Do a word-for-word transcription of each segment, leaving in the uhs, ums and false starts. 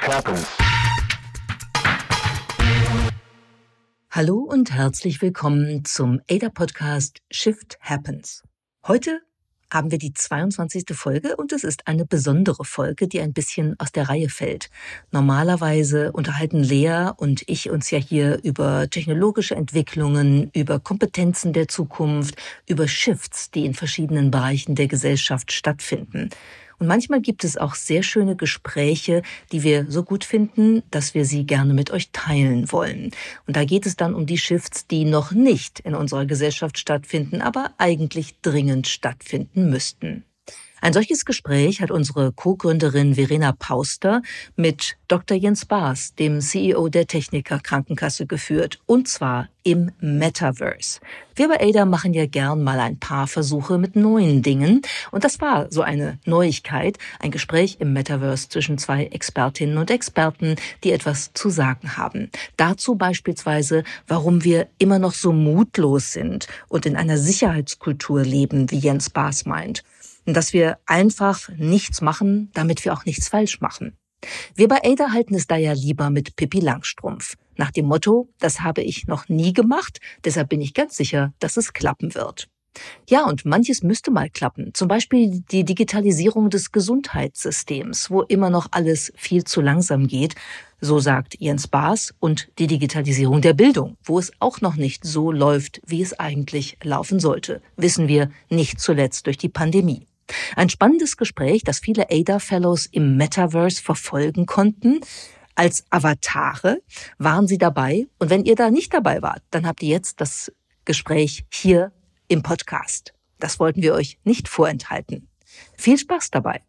happens. Hallo und herzlich willkommen zum A D A-Podcast Shift Happens. Heute haben wir die zweiundzwanzigste Folge und es ist eine besondere Folge, die ein bisschen aus der Reihe fällt. Normalerweise unterhalten Lea und ich uns ja hier über technologische Entwicklungen, über Kompetenzen der Zukunft, über Shifts, die in verschiedenen Bereichen der Gesellschaft stattfinden. Und manchmal gibt es auch sehr schöne Gespräche, die wir so gut finden, dass wir sie gerne mit euch teilen wollen. Und da geht es dann um die Shifts, die noch nicht in unserer Gesellschaft stattfinden, aber eigentlich dringend stattfinden müssten. Ein solches Gespräch hat unsere Co-Gründerin Verena Pauster mit Doktor Jens Baas, dem C E O der Techniker Krankenkasse, geführt. Und zwar im Metaverse. Wir bei A D A machen ja gern mal ein paar Versuche mit neuen Dingen. Und das war so eine Neuigkeit, ein Gespräch im Metaverse zwischen zwei Expertinnen und Experten, die etwas zu sagen haben. Dazu beispielsweise, warum wir immer noch so mutlos sind und in einer Sicherheitskultur leben, wie Jens Baas meint. Dass wir einfach nichts machen, damit wir auch nichts falsch machen. Wir bei A D A halten es da ja lieber mit Pippi Langstrumpf. Nach dem Motto, das habe ich noch nie gemacht, deshalb bin ich ganz sicher, dass es klappen wird. Ja, und manches müsste mal klappen. Zum Beispiel die Digitalisierung des Gesundheitssystems, wo immer noch alles viel zu langsam geht. So sagt Jens Baas, und die Digitalisierung der Bildung, wo es auch noch nicht so läuft, wie es eigentlich laufen sollte. Wissen wir nicht zuletzt durch die Pandemie. Ein spannendes Gespräch, das viele A D A-Fellows im Metaverse verfolgen konnten. Als Avatare waren sie dabei. Und wenn ihr da nicht dabei wart, dann habt ihr jetzt das Gespräch hier im Podcast. Das wollten wir euch nicht vorenthalten. Viel Spaß dabei.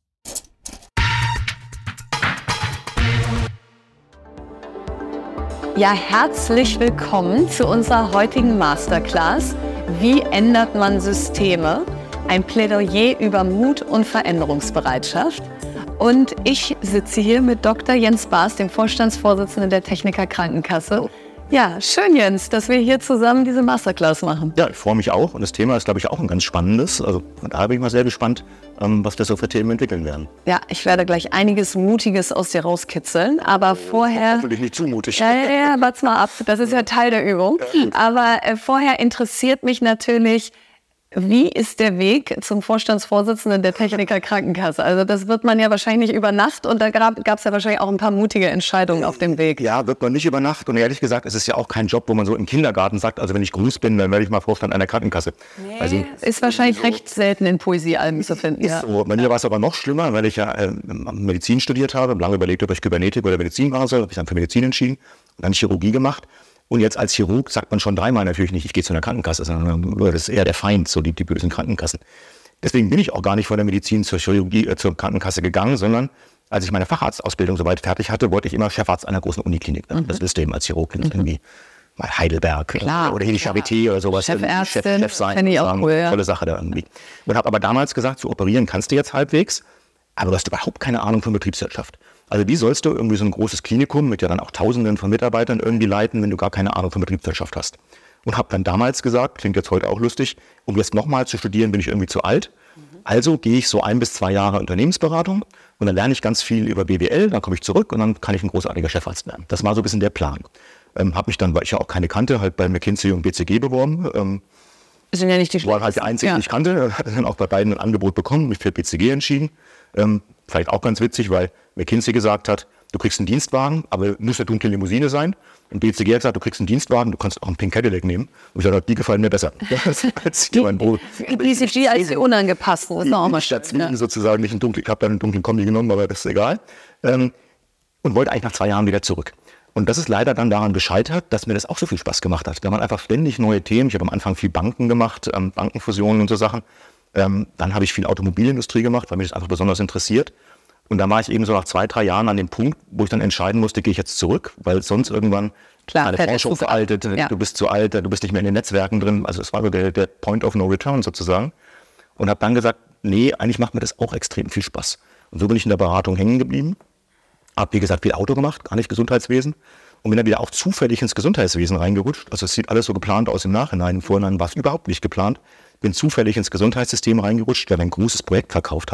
Ja, herzlich willkommen zu unserer heutigen Masterclass. Wie ändert man Systeme? Ein Plädoyer über Mut und Veränderungsbereitschaft. Und ich sitze hier mit Doktor Jens Baas, dem Vorstandsvorsitzenden der Techniker Krankenkasse. Ja, schön, Jens, dass wir hier zusammen diese Masterclass machen. Ja, ich freue mich auch. Und das Thema ist, glaube ich, auch ein ganz spannendes. Also da bin ich mal sehr gespannt, was wir so für Themen entwickeln werden. Ja, ich werde gleich einiges Mutiges aus dir rauskitzeln. Aber vorher... Natürlich nicht zu mutig. Ja, ja, ja, warte mal ab. Das ist ja Teil der Übung. Aber äh, vorher interessiert mich natürlich... Wie ist der Weg zum Vorstandsvorsitzenden der Techniker Krankenkasse? Also das wird man ja wahrscheinlich nicht über Nacht, und da gab es ja wahrscheinlich auch ein paar mutige Entscheidungen auf dem Weg. Ja, wird man nicht über Nacht, und ehrlich gesagt, es ist ja auch kein Job, wo man so im Kindergarten sagt, also wenn ich groß bin, dann werde ich mal Vorstand einer Krankenkasse. Nee, also, ist wahrscheinlich so, recht selten in Poesiealben zu finden. Ist Ja. so. Bei mir war es aber noch schlimmer, weil ich ja äh, Medizin studiert habe, lange überlegt, ob ich Kybernetik oder Medizin machen soll, habe ich dann für Medizin entschieden und dann Chirurgie gemacht. Und jetzt als Chirurg sagt man schon dreimal natürlich nicht, ich gehe zu einer Krankenkasse, sondern das ist eher der Feind, so die, die bösen Krankenkassen. Deswegen bin ich auch gar nicht von der Medizin zur Chirurgie, äh, zur Krankenkasse gegangen, sondern als ich meine Facharztausbildung soweit fertig hatte, wollte ich immer Chefarzt einer großen Uniklinik werden. Mhm. Das willst du eben als Chirurg, mhm. irgendwie mal Heidelberg Klar, oder hier die Charité oder sowas. Chefärztin, Chef, Chef sein, finde ich auch cool, ja. Tolle Sache da irgendwie. Und habe aber damals gesagt, so operieren kannst du jetzt halbwegs, aber du hast überhaupt keine Ahnung von Betriebswirtschaft. Also wie sollst du irgendwie so ein großes Klinikum mit ja dann auch Tausenden von Mitarbeitern irgendwie leiten, wenn du gar keine Ahnung von Betriebswirtschaft hast? Und habe dann damals gesagt, klingt jetzt heute auch lustig, um jetzt nochmal zu studieren, bin ich irgendwie zu alt. Mhm. Also gehe ich so ein bis zwei Jahre Unternehmensberatung und dann lerne ich ganz viel über B W L, dann komme ich zurück und dann kann ich ein großartiger Chefarzt werden. Das war so ein bisschen der Plan. Ähm, habe mich dann, weil ich ja auch keine kannte, halt bei McKinsey und B C G beworben. Ähm, das sind ja nicht die war halt der einzige, ja. den ich kannte. Hatte dann auch bei beiden ein Angebot bekommen, mich für B C G entschieden. Ähm, vielleicht auch ganz witzig, weil McKinsey gesagt hat, du kriegst einen Dienstwagen, aber muss eine dunkle Limousine sein. Und B C G hat gesagt, du kriegst einen Dienstwagen, du kannst auch einen Pink Cadillac nehmen. Und ich dachte, die gefallen mir besser. als die, mein Brot. B C G als die unangepassten, das ist auch mal statt. Ja. Sozusagen nicht einen dunklen, ich habe dann einen dunklen Kombi genommen, aber das ist egal. Ähm, und wollte eigentlich nach zwei Jahren wieder zurück. Und das ist leider dann daran gescheitert, dass mir das auch so viel Spaß gemacht hat. Da waren einfach ständig neue Themen. Ich habe am Anfang viel Banken gemacht, ähm, Bankenfusionen und so Sachen. Ähm, dann habe ich viel Automobilindustrie gemacht, weil mich das einfach besonders interessiert. Und da war ich eben so nach zwei, drei Jahren an dem Punkt, wo ich dann entscheiden musste, gehe ich jetzt zurück, weil sonst irgendwann Klar, meine Forschung veraltet, ja. du bist zu alt, du bist nicht mehr in den Netzwerken drin. Also es war so der, der Point of No Return sozusagen. Und habe dann gesagt, nee, eigentlich macht mir das auch extrem viel Spaß. Und so bin ich in der Beratung hängen geblieben. Habe, wie gesagt, viel Auto gemacht, gar nicht Gesundheitswesen. Und bin dann wieder auch zufällig ins Gesundheitswesen reingerutscht. Also es sieht alles so geplant aus im Nachhinein. Im Vorhinein war es überhaupt nicht geplant. Bin zufällig ins Gesundheitssystem reingerutscht, weil wir ein großes Projekt verkauft hatten.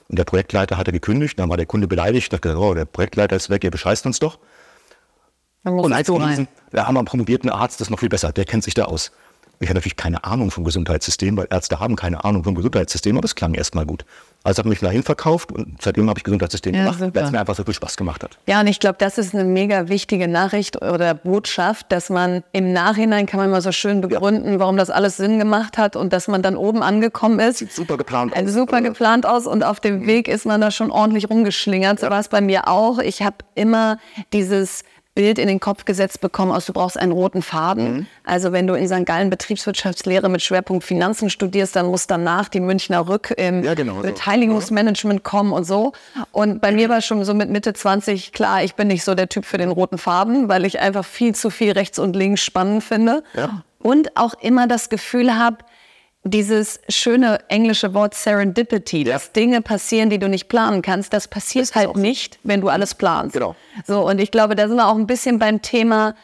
Und der Projektleiter hatte gekündigt, dann war der Kunde beleidigt, dachte gesagt, oh, der Projektleiter ist weg, ihr bescheißt uns doch. Und als so diesen, da haben wir einen promovierten Arzt, das ist noch viel besser, der kennt sich da aus. Ich hatte natürlich keine Ahnung vom Gesundheitssystem, weil Ärzte haben keine Ahnung vom Gesundheitssystem, aber es klang erstmal gut. Also habe ich mich dahin verkauft und seitdem habe ich Gesundheitssystem ja, gemacht, weil es mir einfach so viel Spaß gemacht hat. Ja, und ich glaube, das ist eine mega wichtige Nachricht oder Botschaft, dass man im Nachhinein kann man mal so schön begründen, ja. warum das alles Sinn gemacht hat und dass man dann oben angekommen ist. Sieht super geplant also aus. Super oder? geplant aus und auf dem Weg ist man da schon ordentlich rumgeschlingert. So ja. war es bei mir auch. Ich habe immer dieses Bild in den Kopf gesetzt bekommen aus, du brauchst einen roten Faden. Mhm. Also wenn du in Sankt Gallen Betriebswirtschaftslehre mit Schwerpunkt Finanzen studierst, dann muss danach die Münchner Rück im ja, genau, Beteiligungsmanagement so. kommen und so. Und bei mir war schon so mit Mitte zwanzig klar, ich bin nicht so der Typ für den roten Faden, weil ich einfach viel zu viel rechts und links spannend finde. Ja. Und auch immer das Gefühl habe, dieses schöne englische Wort Serendipity, ja. dass Dinge passieren, die du nicht planen kannst, das passiert das halt nicht, wenn du alles planst. Genau. So, und ich glaube, da sind wir auch ein bisschen beim Thema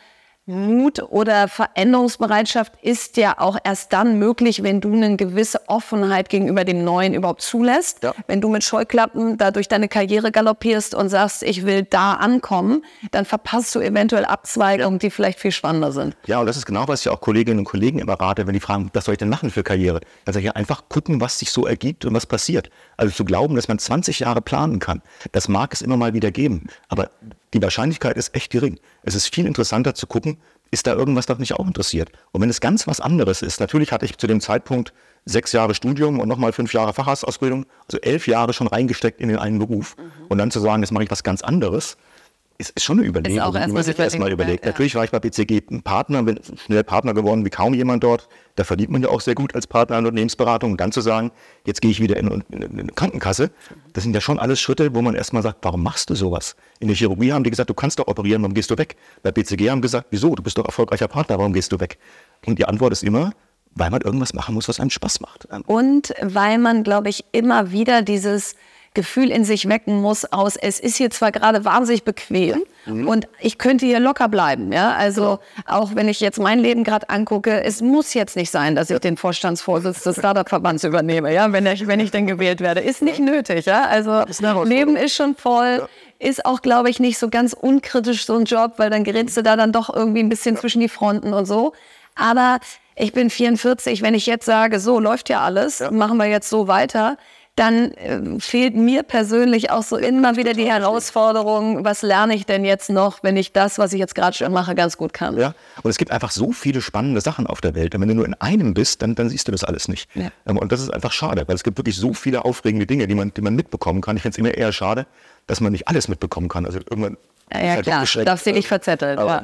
Mut oder Veränderungsbereitschaft ist ja auch erst dann möglich, wenn du eine gewisse Offenheit gegenüber dem Neuen überhaupt zulässt. Ja. Wenn du mit Scheuklappen da durch deine Karriere galoppierst und sagst, ich will da ankommen, dann verpasst du eventuell Abzweigungen, ja. die vielleicht viel spannender sind. Ja, und das ist genau, was ich auch Kolleginnen und Kollegen immer rate, wenn die fragen, was soll ich denn machen für Karriere? Dann sage ich einfach gucken, was sich so ergibt und was passiert. Also zu glauben, dass man zwanzig Jahre planen kann, das mag es immer mal wieder geben, aber die Wahrscheinlichkeit ist echt gering. Es ist viel interessanter zu gucken, ist da irgendwas, das mich auch interessiert. Und wenn es ganz was anderes ist, natürlich hatte ich zu dem Zeitpunkt sechs Jahre Studium und nochmal fünf Jahre Facharztausbildung, also elf Jahre schon reingesteckt in den einen Beruf. Mhm. Und dann zu sagen, jetzt mache ich was ganz anderes, ist, ist schon eine Überlegung, ist auch die man sich erstmal überlegt. Ja. Natürlich war ich bei B C G Partner, bin schnell Partner geworden wie kaum jemand dort. Da verdient man ja auch sehr gut als Partner in der Unternehmensberatung. Und dann zu sagen, jetzt gehe ich wieder in, in, in eine Krankenkasse, das sind ja schon alles Schritte, wo man erstmal sagt, warum machst du sowas? In der Chirurgie haben die gesagt, du kannst doch operieren, warum gehst du weg? Bei B C G haben gesagt, wieso? Du bist doch erfolgreicher Partner, warum gehst du weg? Und die Antwort ist immer, weil man irgendwas machen muss, was einem Spaß macht. Und weil man, glaube ich, immer wieder dieses Gefühl in sich wecken muss aus, es ist hier zwar gerade wahnsinnig bequem mhm. und ich könnte hier locker bleiben. Ja? Also auch wenn ich jetzt mein Leben gerade angucke, es muss jetzt nicht sein, dass ich den Vorstandsvorsitz des Startup-Verbands übernehme, ja? wenn, ich, wenn ich denn gewählt werde. Ist nicht nötig. Ja? Also Leben ist schon voll. Ja. Ist auch, glaube ich, nicht so ganz unkritisch so ein Job, weil dann gerätst du da dann doch irgendwie ein bisschen ja. zwischen die Fronten und so. Aber ich bin vierundvierzig, wenn ich jetzt sage, so läuft ja alles, ja. machen wir jetzt so weiter, dann äh, fehlt mir persönlich auch so immer wieder die Herausforderung, was lerne ich denn jetzt noch, wenn ich das, was ich jetzt gerade schon mache, ganz gut kann. Ja, und es gibt einfach so viele spannende Sachen auf der Welt. Und wenn du nur in einem bist, dann, dann siehst du das alles nicht. Ja. Und das ist einfach schade, weil es gibt wirklich so viele aufregende Dinge, die man, die man mitbekommen kann. Ich finde es immer eher schade, dass man nicht alles mitbekommen kann. Also irgendwann ja, ja halt klar, du darfst dir nicht verzetteln. Ja.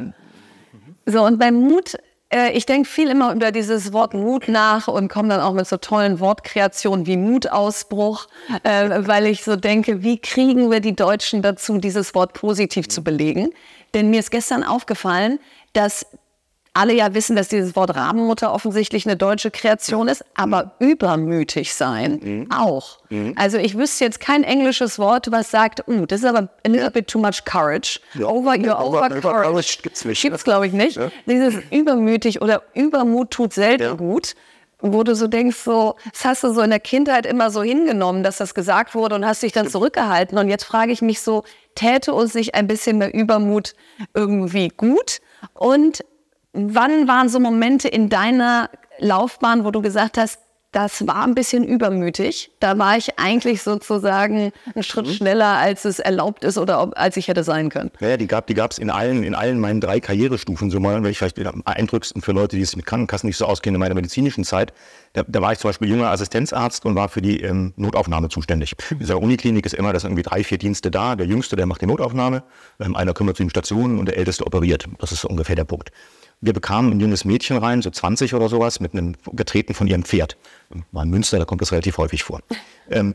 So, und beim Mut, ich denke viel immer über dieses Wort Mut nach und komme dann auch mit so tollen Wortkreationen wie Mutausbruch, äh, weil ich so denke, wie kriegen wir die Deutschen dazu, dieses Wort positiv zu belegen? Denn mir ist gestern aufgefallen, dass alle ja wissen, dass dieses Wort Rabenmutter offensichtlich eine deutsche Kreation ist, aber übermütig sein mhm. auch. Mhm. Also ich wüsste jetzt kein englisches Wort, was sagt, uh, das ist aber a little bit too much courage. Ja. Over, you're over, over courage. Gibt's nicht. Gibt's, glaube ich, nicht. Ja. Dieses übermütig oder Übermut tut selten ja. gut. Wo du so denkst, so, das hast du so in der Kindheit immer so hingenommen, dass das gesagt wurde und hast dich dann zurückgehalten. Und jetzt frage ich mich so, täte uns nicht ein bisschen mehr Übermut irgendwie gut? Und wann waren so Momente in deiner Laufbahn, wo du gesagt hast, das war ein bisschen übermütig? Da war ich eigentlich sozusagen einen Schritt schneller, als es erlaubt ist oder ob, als ich hätte sein können. Ja, die gab die gab's in allen in allen meinen drei Karrierestufen. So mal, weil ich vielleicht am eindrückendsten für Leute, die es mit Krankenkassen nicht so auskennen, in meiner medizinischen Zeit. Da, da war ich zum Beispiel junger Assistenzarzt und war für die ähm, Notaufnahme zuständig. In dieser Uniklinik ist immer, dass irgendwie drei, vier Dienste da. Der Jüngste, der macht die Notaufnahme. Ähm, einer kümmert sich um die Stationen und der Älteste operiert. Das ist so ungefähr der Punkt. Wir bekamen ein junges Mädchen rein, so zwanzig oder sowas, mit einem getreten von ihrem Pferd. War in Münster, da kommt das relativ häufig vor. Ähm,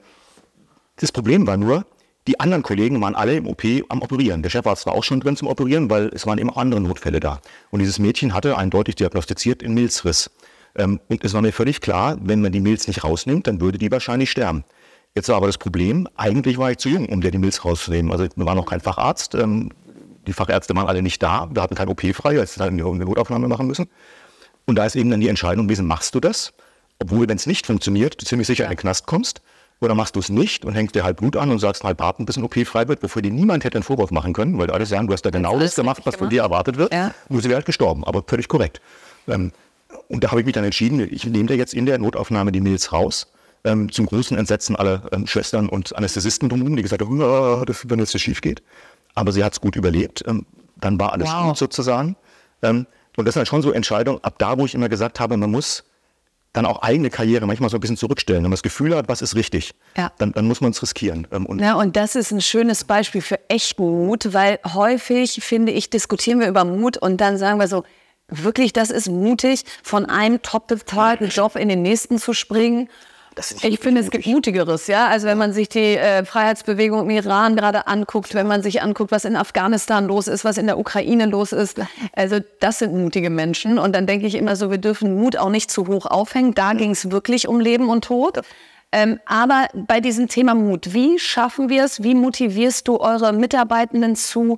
das Problem war nur, die anderen Kollegen waren alle im O P am Operieren. Der Chefarzt war auch schon drin zum Operieren, weil es waren immer andere Notfälle da. Und dieses Mädchen hatte eindeutig diagnostiziert einen Milzriss. Ähm, und es war mir völlig klar, wenn man die Milz nicht rausnimmt, dann würde die wahrscheinlich sterben. Jetzt war aber das Problem, eigentlich war ich zu jung, um der die Milz rauszunehmen. Also wir waren noch kein Facharzt. Ähm, Die Fachärzte waren alle nicht da, wir hatten kein O P frei, als wir eine Notaufnahme machen müssen. Und da ist eben dann die Entscheidung gewesen, machst du das? Obwohl, wenn es nicht funktioniert, du ziemlich sicher in den Knast kommst. Oder machst du es nicht und hängst dir halt Blut an und sagst halt Paten, bis ein O P frei wird, wofür dir niemand hätte einen Vorwurf machen können, weil alle sagen, du hast da genau das gemacht, was von dir erwartet wird. Ja. Nur sie wäre halt gestorben, aber völlig korrekt. Ähm, und da habe ich mich dann entschieden, ich nehme da jetzt in der Notaufnahme die Mails raus, ähm, zum großen Entsetzen aller ähm, Schwestern und Anästhesisten drumherum, die gesagt haben, oh, das, wenn jetzt das schief geht. Aber sie hat es gut überlebt. Ähm, dann war alles wow. gut sozusagen. Ähm, und das ist halt schon so Entscheidung, ab da, wo ich immer gesagt habe, man muss dann auch eigene Karriere manchmal so ein bisschen zurückstellen. Wenn man das Gefühl hat, was ist richtig, ja. dann, dann muss man es riskieren. Und, ja, und das ist ein schönes Beispiel für echten Mut, weil häufig, finde ich, diskutieren wir über Mut und dann sagen wir so, wirklich, das ist mutig, von einem top-bezahlten Job in den nächsten zu springen. Ich finde, es gibt Mutigeres, ja. Also wenn man sich die äh, Freiheitsbewegung im Iran gerade anguckt, wenn man sich anguckt, was in Afghanistan los ist, was in der Ukraine los ist, also das sind mutige Menschen. Und dann denke ich immer so, wir dürfen Mut auch nicht zu hoch aufhängen. Da ging es wirklich um Leben und Tod. Ähm, aber bei diesem Thema Mut, wie schaffen wir es? Wie motivierst du eure Mitarbeitenden zu?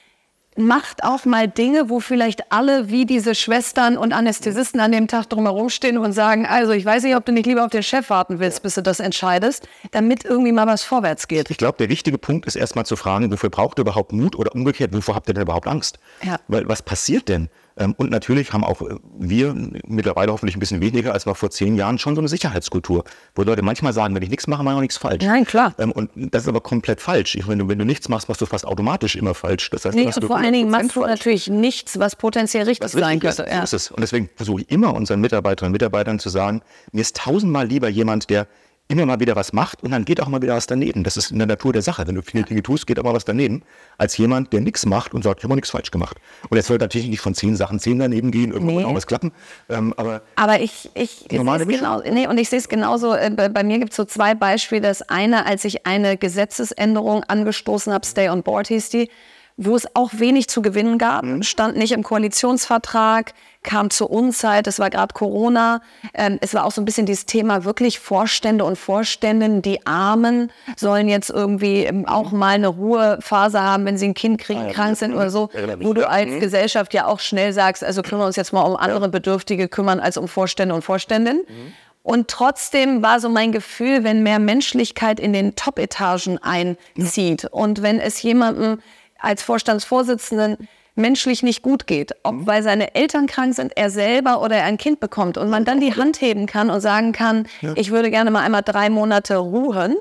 Macht auch mal Dinge, wo vielleicht alle wie diese Schwestern und Anästhesisten an dem Tag drumherum stehen und sagen, also ich weiß nicht, ob du nicht lieber auf den Chef warten willst, bis du das entscheidest, damit irgendwie mal was vorwärts geht. Ich glaube, der wichtige Punkt ist erstmal zu fragen, wofür braucht ihr überhaupt Mut oder umgekehrt, wovor habt ihr denn überhaupt Angst? Ja. Weil was passiert denn? Und natürlich haben auch wir mittlerweile hoffentlich ein bisschen weniger als noch vor zehn Jahren schon so eine Sicherheitskultur, wo Leute manchmal sagen, wenn ich nichts mache, mache ich auch nichts falsch. Nein, klar. Und das ist aber komplett falsch. Ich meine, wenn du nichts machst, machst du fast automatisch immer falsch. Das heißt, nee, und vor allen Dingen machst du falsch. Natürlich nichts, was potenziell richtig was sein könnte. Ja. So ist es. Und deswegen versuche ich immer unseren Mitarbeiterinnen und Mitarbeitern zu sagen, mir ist tausendmal lieber jemand, der immer mal wieder was macht und dann geht auch mal wieder was daneben. Das ist in der Natur der Sache. Wenn du viele Dinge tust, geht auch mal was daneben, als jemand, der nichts macht und sagt, ich habe auch nichts falsch gemacht. Und jetzt soll natürlich nicht von zehn Sachen zehn daneben gehen, irgendwann nee. auch was klappen. Ähm, aber aber ich, ich, ich sehe es genau, nee, und ich sehe es genauso. Äh, bei, bei mir gibt es so zwei Beispiele. Das eine, als ich eine Gesetzesänderung angestoßen habe, Stay on Board hieß die, wo es auch wenig zu gewinnen gab, mhm. stand nicht im Koalitionsvertrag, kam zur Unzeit, es war gerade Corona. Ähm, es war auch so ein bisschen dieses Thema, wirklich Vorstände und Vorständinnen, die Armen sollen jetzt irgendwie ähm, auch mal eine Ruhephase haben, wenn sie ein Kind kriegen, ah, ja, krank sind oder so, wo du als mhm. Gesellschaft ja auch schnell sagst, also können wir uns jetzt mal um andere ja. Bedürftige kümmern als um Vorstände und Vorständinnen. Mhm. Und trotzdem war so mein Gefühl, wenn mehr Menschlichkeit in den Top-Etagen einzieht ja. und wenn es jemandem als Vorstandsvorsitzenden menschlich nicht gut geht, ob weil seine Eltern krank sind, er selber oder er ein Kind bekommt und man dann die Hand heben kann und sagen kann, ja. ich würde gerne mal einmal drei Monate ruhen,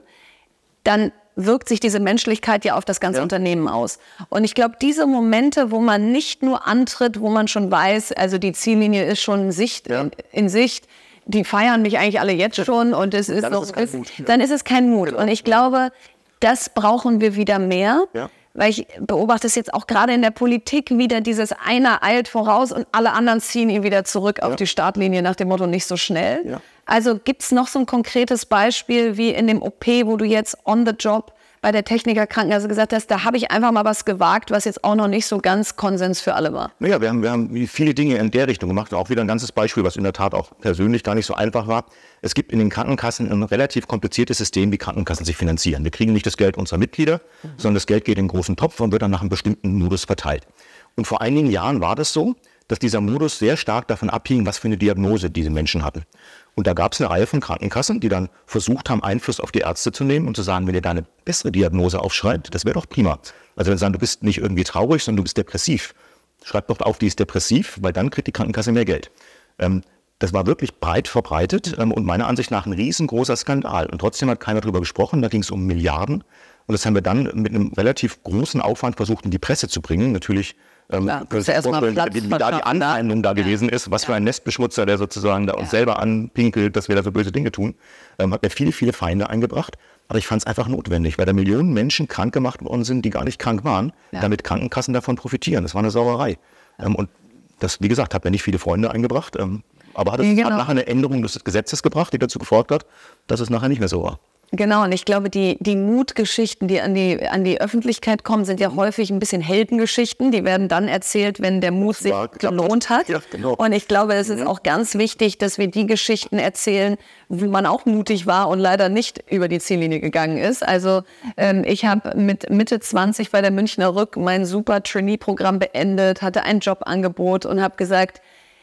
dann wirkt sich diese Menschlichkeit ja auf das ganze ja. Unternehmen aus. Und ich glaube, diese Momente, wo man nicht nur antritt, wo man schon weiß, also die Ziellinie ist schon in Sicht, ja. in, in Sicht, die feiern mich eigentlich alle jetzt schon und es ist, dann, noch, ist, es ist, dann ist es kein Mut. Genau. Und ich glaube, das brauchen wir wieder mehr. Ja. Weil ich beobachte es jetzt auch gerade in der Politik wieder, dieses einer eilt voraus und alle anderen ziehen ihn wieder zurück ja. auf die Startlinie nach dem Motto nicht so schnell. Ja. Also gibt's noch so ein konkretes Beispiel wie in dem O P, wo du jetzt on the job bei der Technikerkrankenkasse gesagt hast, da habe ich einfach mal was gewagt, was jetzt auch noch nicht so ganz Konsens für alle war. Naja, wir haben, wir haben viele Dinge in der Richtung gemacht. Auch wieder ein ganzes Beispiel, was in der Tat auch persönlich gar nicht so einfach war. Es gibt in den Krankenkassen ein relativ kompliziertes System, wie Krankenkassen sich finanzieren. Wir kriegen nicht das Geld unserer Mitglieder, mhm. sondern das Geld geht in einen großen Topf und wird dann nach einem bestimmten Modus verteilt. Und vor einigen Jahren war das so, dass dieser Modus sehr stark davon abhing, was für eine Diagnose diese Menschen hatten. Und da gab es eine Reihe von Krankenkassen, die dann versucht haben, Einfluss auf die Ärzte zu nehmen und zu sagen, wenn ihr da eine bessere Diagnose aufschreibt, das wäre doch prima. Also wenn sie sagen, du bist nicht irgendwie traurig, sondern du bist depressiv. Schreib doch auf, die ist depressiv, weil dann kriegt die Krankenkasse mehr Geld. Ähm, das war wirklich breit verbreitet ähm, und meiner Ansicht nach ein riesengroßer Skandal. Und trotzdem hat keiner darüber gesprochen, da ging es um Milliarden. Und das haben wir dann mit einem relativ großen Aufwand versucht, in die Presse zu bringen. Natürlich Ähm, ja, können Sie sich vorstellen, wie, wie da die Anfeindung da ja. gewesen ist, was ja. für ein Nestbeschmutzer, der sozusagen da uns ja. selber anpinkelt, dass wir da so böse Dinge tun, ähm, hat mir viele, viele Feinde eingebracht. Aber ich fand es einfach notwendig, weil da Millionen Menschen krank gemacht worden sind, die gar nicht krank waren, ja. damit Krankenkassen davon profitieren. Das war eine Sauerei. Ja. Ähm, und das, wie gesagt, hat mir nicht viele Freunde eingebracht, ähm, aber hat es ja, genau. hat nachher eine Änderung des Gesetzes gebracht, die dazu gefolgt hat, dass es nachher nicht mehr so war. Genau, und ich glaube, die, die Mutgeschichten, die an die an die Öffentlichkeit kommen, sind ja häufig ein bisschen Heldengeschichten. Die werden dann erzählt, wenn der Mut sich gelohnt hat. Ja, genau. Und ich glaube, es ist mhm. auch ganz wichtig, dass wir die Geschichten erzählen, wo man auch mutig war und leider nicht über die Ziellinie gegangen ist. Also ähm, ich habe mit Mitte zwanzig bei der Münchner Rück mein super Trainee-Programm beendet, hatte ein Jobangebot und habe gesagt,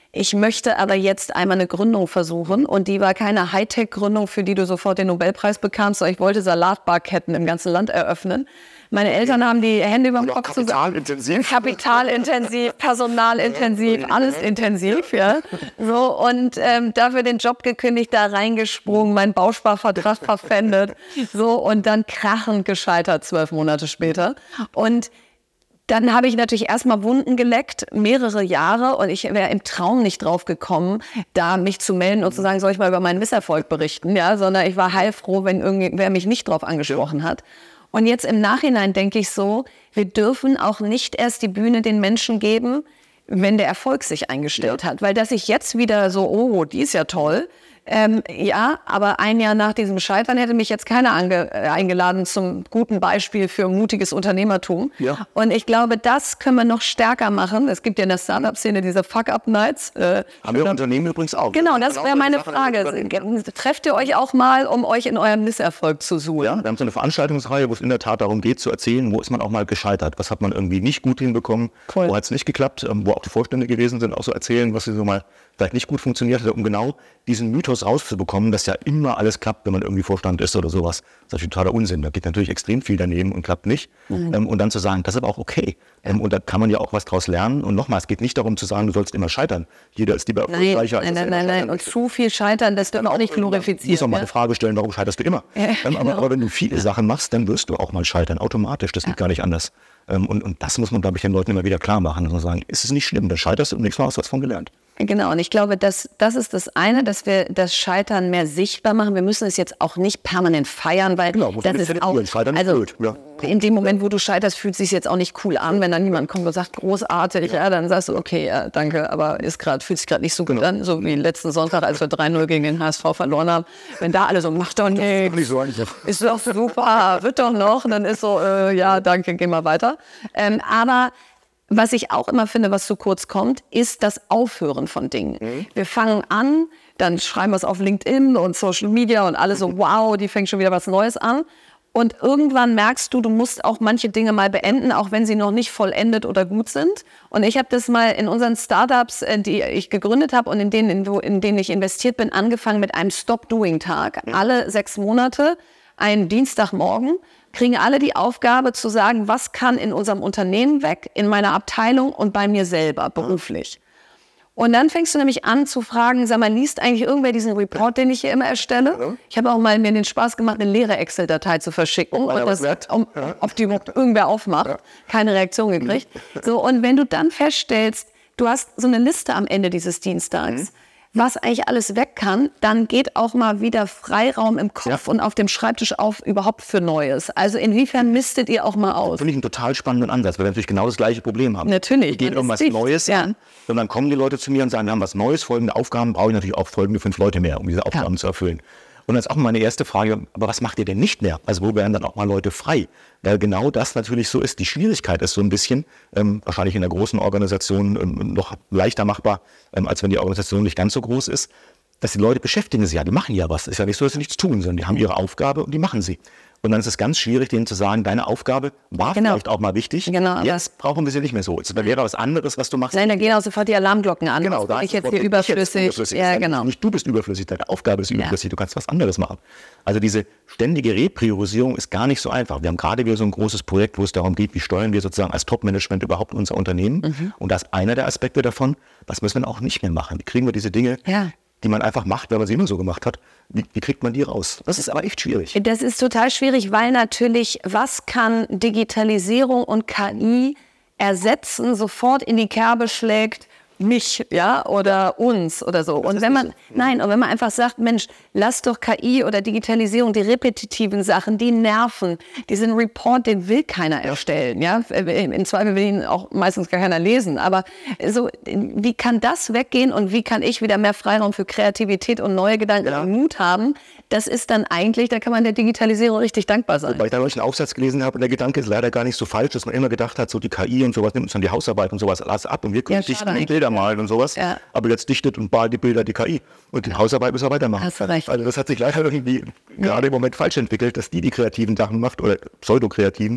Ich möchte aber jetzt einmal eine Gründung versuchen und die war keine Hightech-Gründung, für die du sofort den Nobelpreis bekamst, sondern ich wollte Salatbarketten im ganzen Land eröffnen. Meine Eltern haben die Hände über den Kopf zusammen. Kapitalintensiv. Kapitalintensiv, personalintensiv, alles intensiv, ja. So, und ähm, dafür den Job gekündigt, da reingesprungen, meinen Bausparvertrag verpfändet, so, und dann krachend gescheitert, zwölf Monate später. Und dann habe ich natürlich erstmal Wunden geleckt, mehrere Jahre, und ich wäre im Traum nicht drauf gekommen, da mich zu melden und zu sagen, soll ich mal über meinen Misserfolg berichten, ja, sondern ich war heilfroh, wenn irgendwer mich nicht drauf angesprochen hat. Und jetzt im Nachhinein denke ich so, wir dürfen auch nicht erst die Bühne den Menschen geben, wenn der Erfolg sich eingestellt hat. Weil dass ich jetzt wieder so, oh, die ist ja toll, ähm, ja, aber ein Jahr nach diesem Scheitern hätte mich jetzt keiner ange- äh, eingeladen zum guten Beispiel für mutiges Unternehmertum. Ja. Und ich glaube, das können wir noch stärker machen. Es gibt ja in der Startup-Szene diese Fuck-Up-Nights. Äh, Haben wir Unternehmen übrigens auch. Genau, das wäre meine Sachen, Frage. Trefft ihr euch auch mal, um euch in eurem Misserfolg zu suchen? Ja, wir haben so eine Veranstaltungsreihe, wo es in der Tat darum geht, zu erzählen, wo ist man auch mal gescheitert, was hat man irgendwie nicht gut hinbekommen, Cool. wo hat es nicht geklappt, ähm, wo auch die Vorstände gewesen sind, auch so erzählen, was sie so mal vielleicht nicht gut funktioniert hat, um genau diesen Mythos rauszubekommen, dass ja immer alles klappt, wenn man irgendwie Vorstand ist oder sowas. Das ist natürlich totaler Unsinn. Da geht natürlich extrem viel daneben und klappt nicht. Mhm. Ähm, und dann zu sagen, das ist aber auch okay. Ja. Ähm, und da kann man ja auch was draus lernen. Und nochmal, es geht nicht darum zu sagen, du sollst immer scheitern. Jeder ist lieber erfolgreicher. Nein, nein, nein, nein, nein. Und zu viel scheitern, das dürfen wir auch nicht glorifizieren. Du musst auch mal ja? eine Frage stellen, warum scheiterst du immer? Ja, ähm, aber, genau. aber wenn du viele ja. Sachen machst, dann wirst du auch mal scheitern, automatisch. Das geht ja. gar nicht anders. Ähm, und, und das muss man, glaube ich, den Leuten immer wieder klar machen. Und sagen, es ist nicht schlimm, dann scheiterst du und nächstes Mal hast du was von gelernt. Genau, und ich glaube, das, das ist das eine, dass wir das Scheitern mehr sichtbar machen. Wir müssen es jetzt auch nicht permanent feiern, weil genau, das ist auch, Scheitern ist also blöd. Ja. in dem Moment, wo du scheiterst, fühlt es sich jetzt auch nicht cool an, wenn dann jemand kommt und sagt, großartig, ja, dann sagst du, okay, ja, danke, aber ist grad, fühlt sich gerade nicht so gut genau. an, so wie letzten Sonntag, als wir drei null gegen den H S V verloren haben. Wenn da alle so, mach doch nichts, Nicht so eigentlich. ist doch super, wird doch noch, und dann ist so, äh, ja, danke, geh mal weiter. Ähm, aber was ich auch immer finde, was zu kurz kommt, ist das Aufhören von Dingen. Mhm. Wir fangen an, dann schreiben wir es auf LinkedIn und Social Media und alle so, wow, die fängt schon wieder was Neues an. Und irgendwann merkst du, du musst auch manche Dinge mal beenden, auch wenn sie noch nicht vollendet oder gut sind. Und ich habe das mal in unseren Startups, die ich gegründet habe und in denen, in denen ich investiert bin, angefangen mit einem Stop-Doing-Tag. Mhm. Alle sechs Monate, einen Dienstagmorgen, kriegen alle die Aufgabe zu sagen, was kann in unserem Unternehmen weg, in meiner Abteilung und bei mir selber, beruflich. Und dann fängst du nämlich an zu fragen, sag mal, liest eigentlich irgendwer diesen Report, den ich hier immer erstelle? Ich habe auch mal mir den Spaß gemacht, eine leere Excel-Datei zu verschicken, und das, um, ob die überhaupt irgendwer aufmacht. Keine Reaktion gekriegt. So, und wenn du dann feststellst, du hast so eine Liste am Ende dieses Dienstags, was eigentlich alles weg kann, dann geht auch mal wieder Freiraum im Kopf ja. und auf dem Schreibtisch auf überhaupt für Neues. Also inwiefern mistet ihr auch mal aus? Finde ich einen total spannenden Ansatz, weil wir natürlich genau das gleiche Problem haben. Natürlich. Es geht um was Neues ja. an, und dann kommen die Leute zu mir und sagen, wir haben was Neues, folgende Aufgaben, brauche ich natürlich auch folgende fünf Leute mehr, um diese Aufgaben ja. zu erfüllen. Und dann ist auch meine erste Frage, aber was macht ihr denn nicht mehr? Also wo werden dann auch mal Leute frei? Weil genau das natürlich so ist. Die Schwierigkeit ist so ein bisschen, ähm, wahrscheinlich in einer großen Organisation ähm, noch leichter machbar, ähm, als wenn die Organisation nicht ganz so groß ist, dass die Leute beschäftigen sich ja, die machen ja was. Es ist ja nicht so, dass sie nichts tun, sondern die haben ihre Aufgabe und die machen sie. Und dann ist es ganz schwierig, denen zu sagen, deine Aufgabe war genau. vielleicht auch mal wichtig. Genau, jetzt brauchen wir sie nicht mehr so. Jetzt wäre was anderes, was du machst. Nein, da gehen auch sofort die Alarmglocken an. Genau, da ich jetzt hier überflüssig. überflüssig. Ja, genau. Nicht du bist überflüssig, deine Aufgabe ist überflüssig. Ja. Du kannst was anderes machen. Also diese ständige Repriorisierung ist gar nicht so einfach. Wir haben gerade wieder so ein großes Projekt, wo es darum geht, wie steuern wir sozusagen als Top-Management überhaupt unser Unternehmen. Mhm. Und das ist einer der Aspekte davon. Was müssen wir auch nicht mehr machen? Wie kriegen wir diese Dinge, ja. die man einfach macht, weil man sie immer so gemacht hat, wie, wie kriegt man die raus? Das ist aber echt schwierig. Das ist total schwierig, weil natürlich, was kann Digitalisierung und K I ersetzen, sofort in die Kerbe schlägt, mich, ja, oder uns oder so. Und wenn man, so. nein, und wenn man einfach sagt, Mensch, lass doch K I oder Digitalisierung, die repetitiven Sachen, die nerven, diesen Report, den will keiner erstellen, ja. Im Zweifel will ihn auch meistens gar keiner lesen. Aber so, wie kann das weggehen und wie kann ich wieder mehr Freiraum für Kreativität und neue Gedanken ja. und Mut haben? Das ist dann eigentlich, da kann man der Digitalisierung richtig dankbar sein. Weil ich da neulich einen Aufsatz gelesen habe und der Gedanke ist leider gar nicht so falsch, dass man immer gedacht hat, so die K I und sowas nimmt uns dann die Hausarbeit und sowas alles ab und wir können ja, dichten und Bilder malen und sowas. Ja. Aber jetzt dichtet und malt die Bilder die K I und die ja. Hausarbeit müssen wir weitermachen. Hast du recht. Also das hat sich leider irgendwie ja. gerade im Moment falsch entwickelt, dass die die kreativen Sachen macht oder pseudokreativen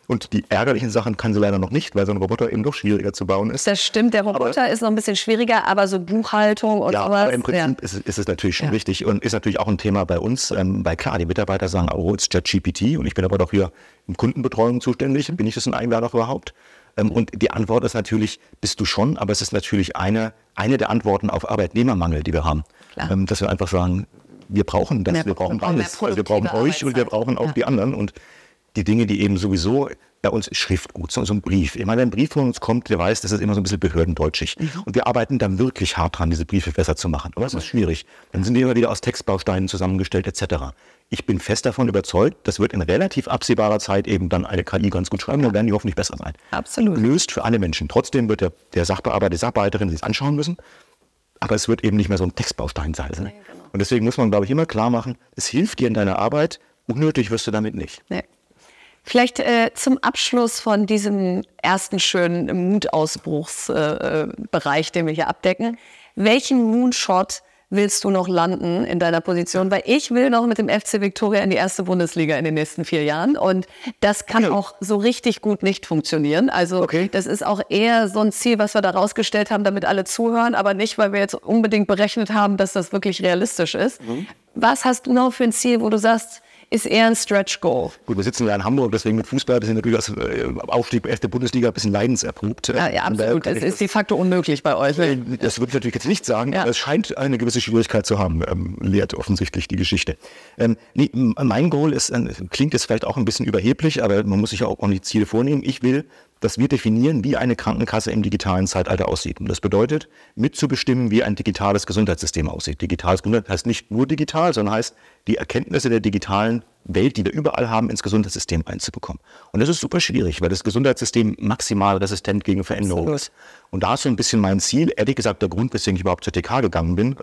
Und die ärgerlichen Sachen kann sie leider noch nicht, weil so ein Roboter eben doch schwieriger zu bauen ist. Das stimmt, der Roboter aber, ist noch ein bisschen schwieriger, aber so Buchhaltung und ja, sowas. Aber im Prinzip ja. ist, ist es natürlich schon ja. wichtig und ist natürlich auch ein Thema bei uns. Ähm, weil klar, die Mitarbeiter sagen, oh, it's ChatGPT und ich bin aber doch hier in Kundenbetreuung zuständig. Bin ich das in einem Jahr noch überhaupt? Ähm, und die Antwort ist natürlich, bist du schon, aber es ist natürlich eine, eine der Antworten auf Arbeitnehmermangel, die wir haben. Ähm, dass wir einfach sagen, wir brauchen das, mehr, wir brauchen alles. Wir brauchen euch und wir brauchen auch ja. die anderen. Und die Dinge, die eben sowieso bei uns Schriftgut, so, so ein Brief. Ich meine, wenn ein Brief von uns kommt, der weiß, das ist immer so ein bisschen behördendeutschig. Mhm. Und wir arbeiten dann wirklich hart dran, diese Briefe besser zu machen. Aber das ist schwierig. Dann sind die immer wieder aus Textbausteinen zusammengestellt et cetera. Ich bin fest davon überzeugt, das wird in relativ absehbarer Zeit eben dann eine K I ganz gut schreiben, dann werden die hoffentlich besser sein. Absolut. Löst für alle Menschen. Trotzdem wird der, der Sachbearbeiter, die Sachbearbeiterin sich das anschauen müssen. Aber es wird eben nicht mehr so ein Textbaustein sein. Nee, genau. Und deswegen muss man, glaube ich, immer klar machen, es hilft dir in deiner Arbeit, unnötig wirst du damit nicht. Nee. Vielleicht äh, zum Abschluss von diesem ersten schönen Mutausbruchsbereich, äh, den wir hier abdecken. Welchen Moonshot willst du noch landen in deiner Position? Weil ich will noch mit dem F C Viktoria in die erste Bundesliga in den nächsten vier Jahren. Und das kann okay. auch so richtig gut nicht funktionieren. Also okay. das ist auch eher so ein Ziel, was wir da rausgestellt haben, damit alle zuhören. Aber nicht, weil wir jetzt unbedingt berechnet haben, dass das wirklich realistisch ist. Mhm. Was hast du noch für ein Ziel, wo du sagst, ist eher ein Stretch-Goal? Gut, wir sitzen ja in Hamburg, deswegen mit Fußball, wir sind natürlich als äh, Aufstieg erste Bundesliga ein bisschen leidenserprobt. Ja, ja, absolut. Es ist de facto unmöglich bei euch. Äh, das würde ich natürlich jetzt nicht sagen, ja. aber es scheint eine gewisse Schwierigkeit zu haben, ähm, lehrt offensichtlich die Geschichte. Ähm, nee, mein Goal ist, äh, klingt jetzt vielleicht auch ein bisschen überheblich, aber man muss sich ja auch die Ziele vornehmen. Ich will, dass wir definieren, wie eine Krankenkasse im digitalen Zeitalter aussieht. Und das bedeutet, mitzubestimmen, wie ein digitales Gesundheitssystem aussieht. Digitales Gesundheit heißt nicht nur digital, sondern heißt, die Erkenntnisse der digitalen Welt, die wir überall haben, ins Gesundheitssystem einzubekommen. Und das ist super schwierig, weil das Gesundheitssystem maximal resistent gegen Veränderungen ist. Und da ist so ein bisschen mein Ziel, ehrlich gesagt der Grund, weswegen ich überhaupt zur T K gegangen bin.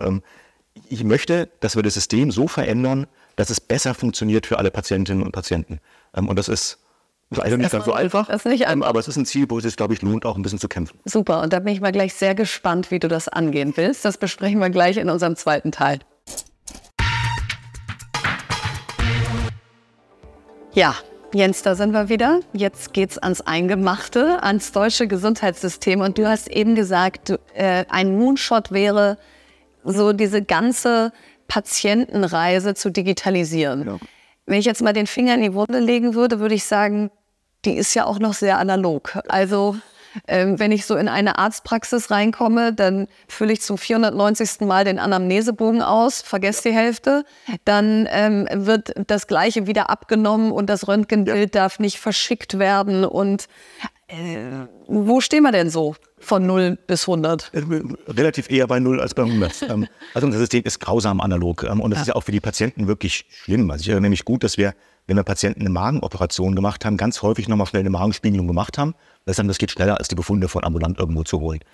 Ich möchte, dass wir das System so verändern, dass es besser funktioniert für alle Patientinnen und Patienten. Und das ist leider nicht ganz so einfach, das ist nicht einfach, aber es ist ein Ziel, wo es sich, glaube ich, lohnt, auch ein bisschen zu kämpfen. Super, und da bin ich mal gleich sehr gespannt, wie du das angehen willst. Das besprechen wir gleich in unserem zweiten Teil. Ja, Jens, da sind wir wieder. Jetzt geht's ans Eingemachte, ans deutsche Gesundheitssystem. Und du hast eben gesagt, du, äh, ein Moonshot wäre, so diese ganze Patientenreise zu digitalisieren. Ja. Wenn ich jetzt mal den Finger in die Wunde legen würde, würde ich sagen, die ist ja auch noch sehr analog. Also ähm, wenn ich so in eine Arztpraxis reinkomme, dann fülle ich zum vierhundertneunzigsten Mal den Anamnesebogen aus, vergesse die Hälfte. Dann ähm, wird das Gleiche wieder abgenommen und das Röntgenbild ja. darf nicht verschickt werden. Und äh, wo stehen wir denn so? Von null bis hundert? Relativ eher bei null als bei hundert. Also unser System ist grausam analog. Und das ja. ist ja auch für die Patienten wirklich schlimm. Also ich erinnere mich gut, dass wir, wenn wir Patienten eine Magenoperation gemacht haben, ganz häufig nochmal schnell eine Magenspiegelung gemacht haben. Das heißt, das geht schneller, als die Befunde von ambulant irgendwo zu holen.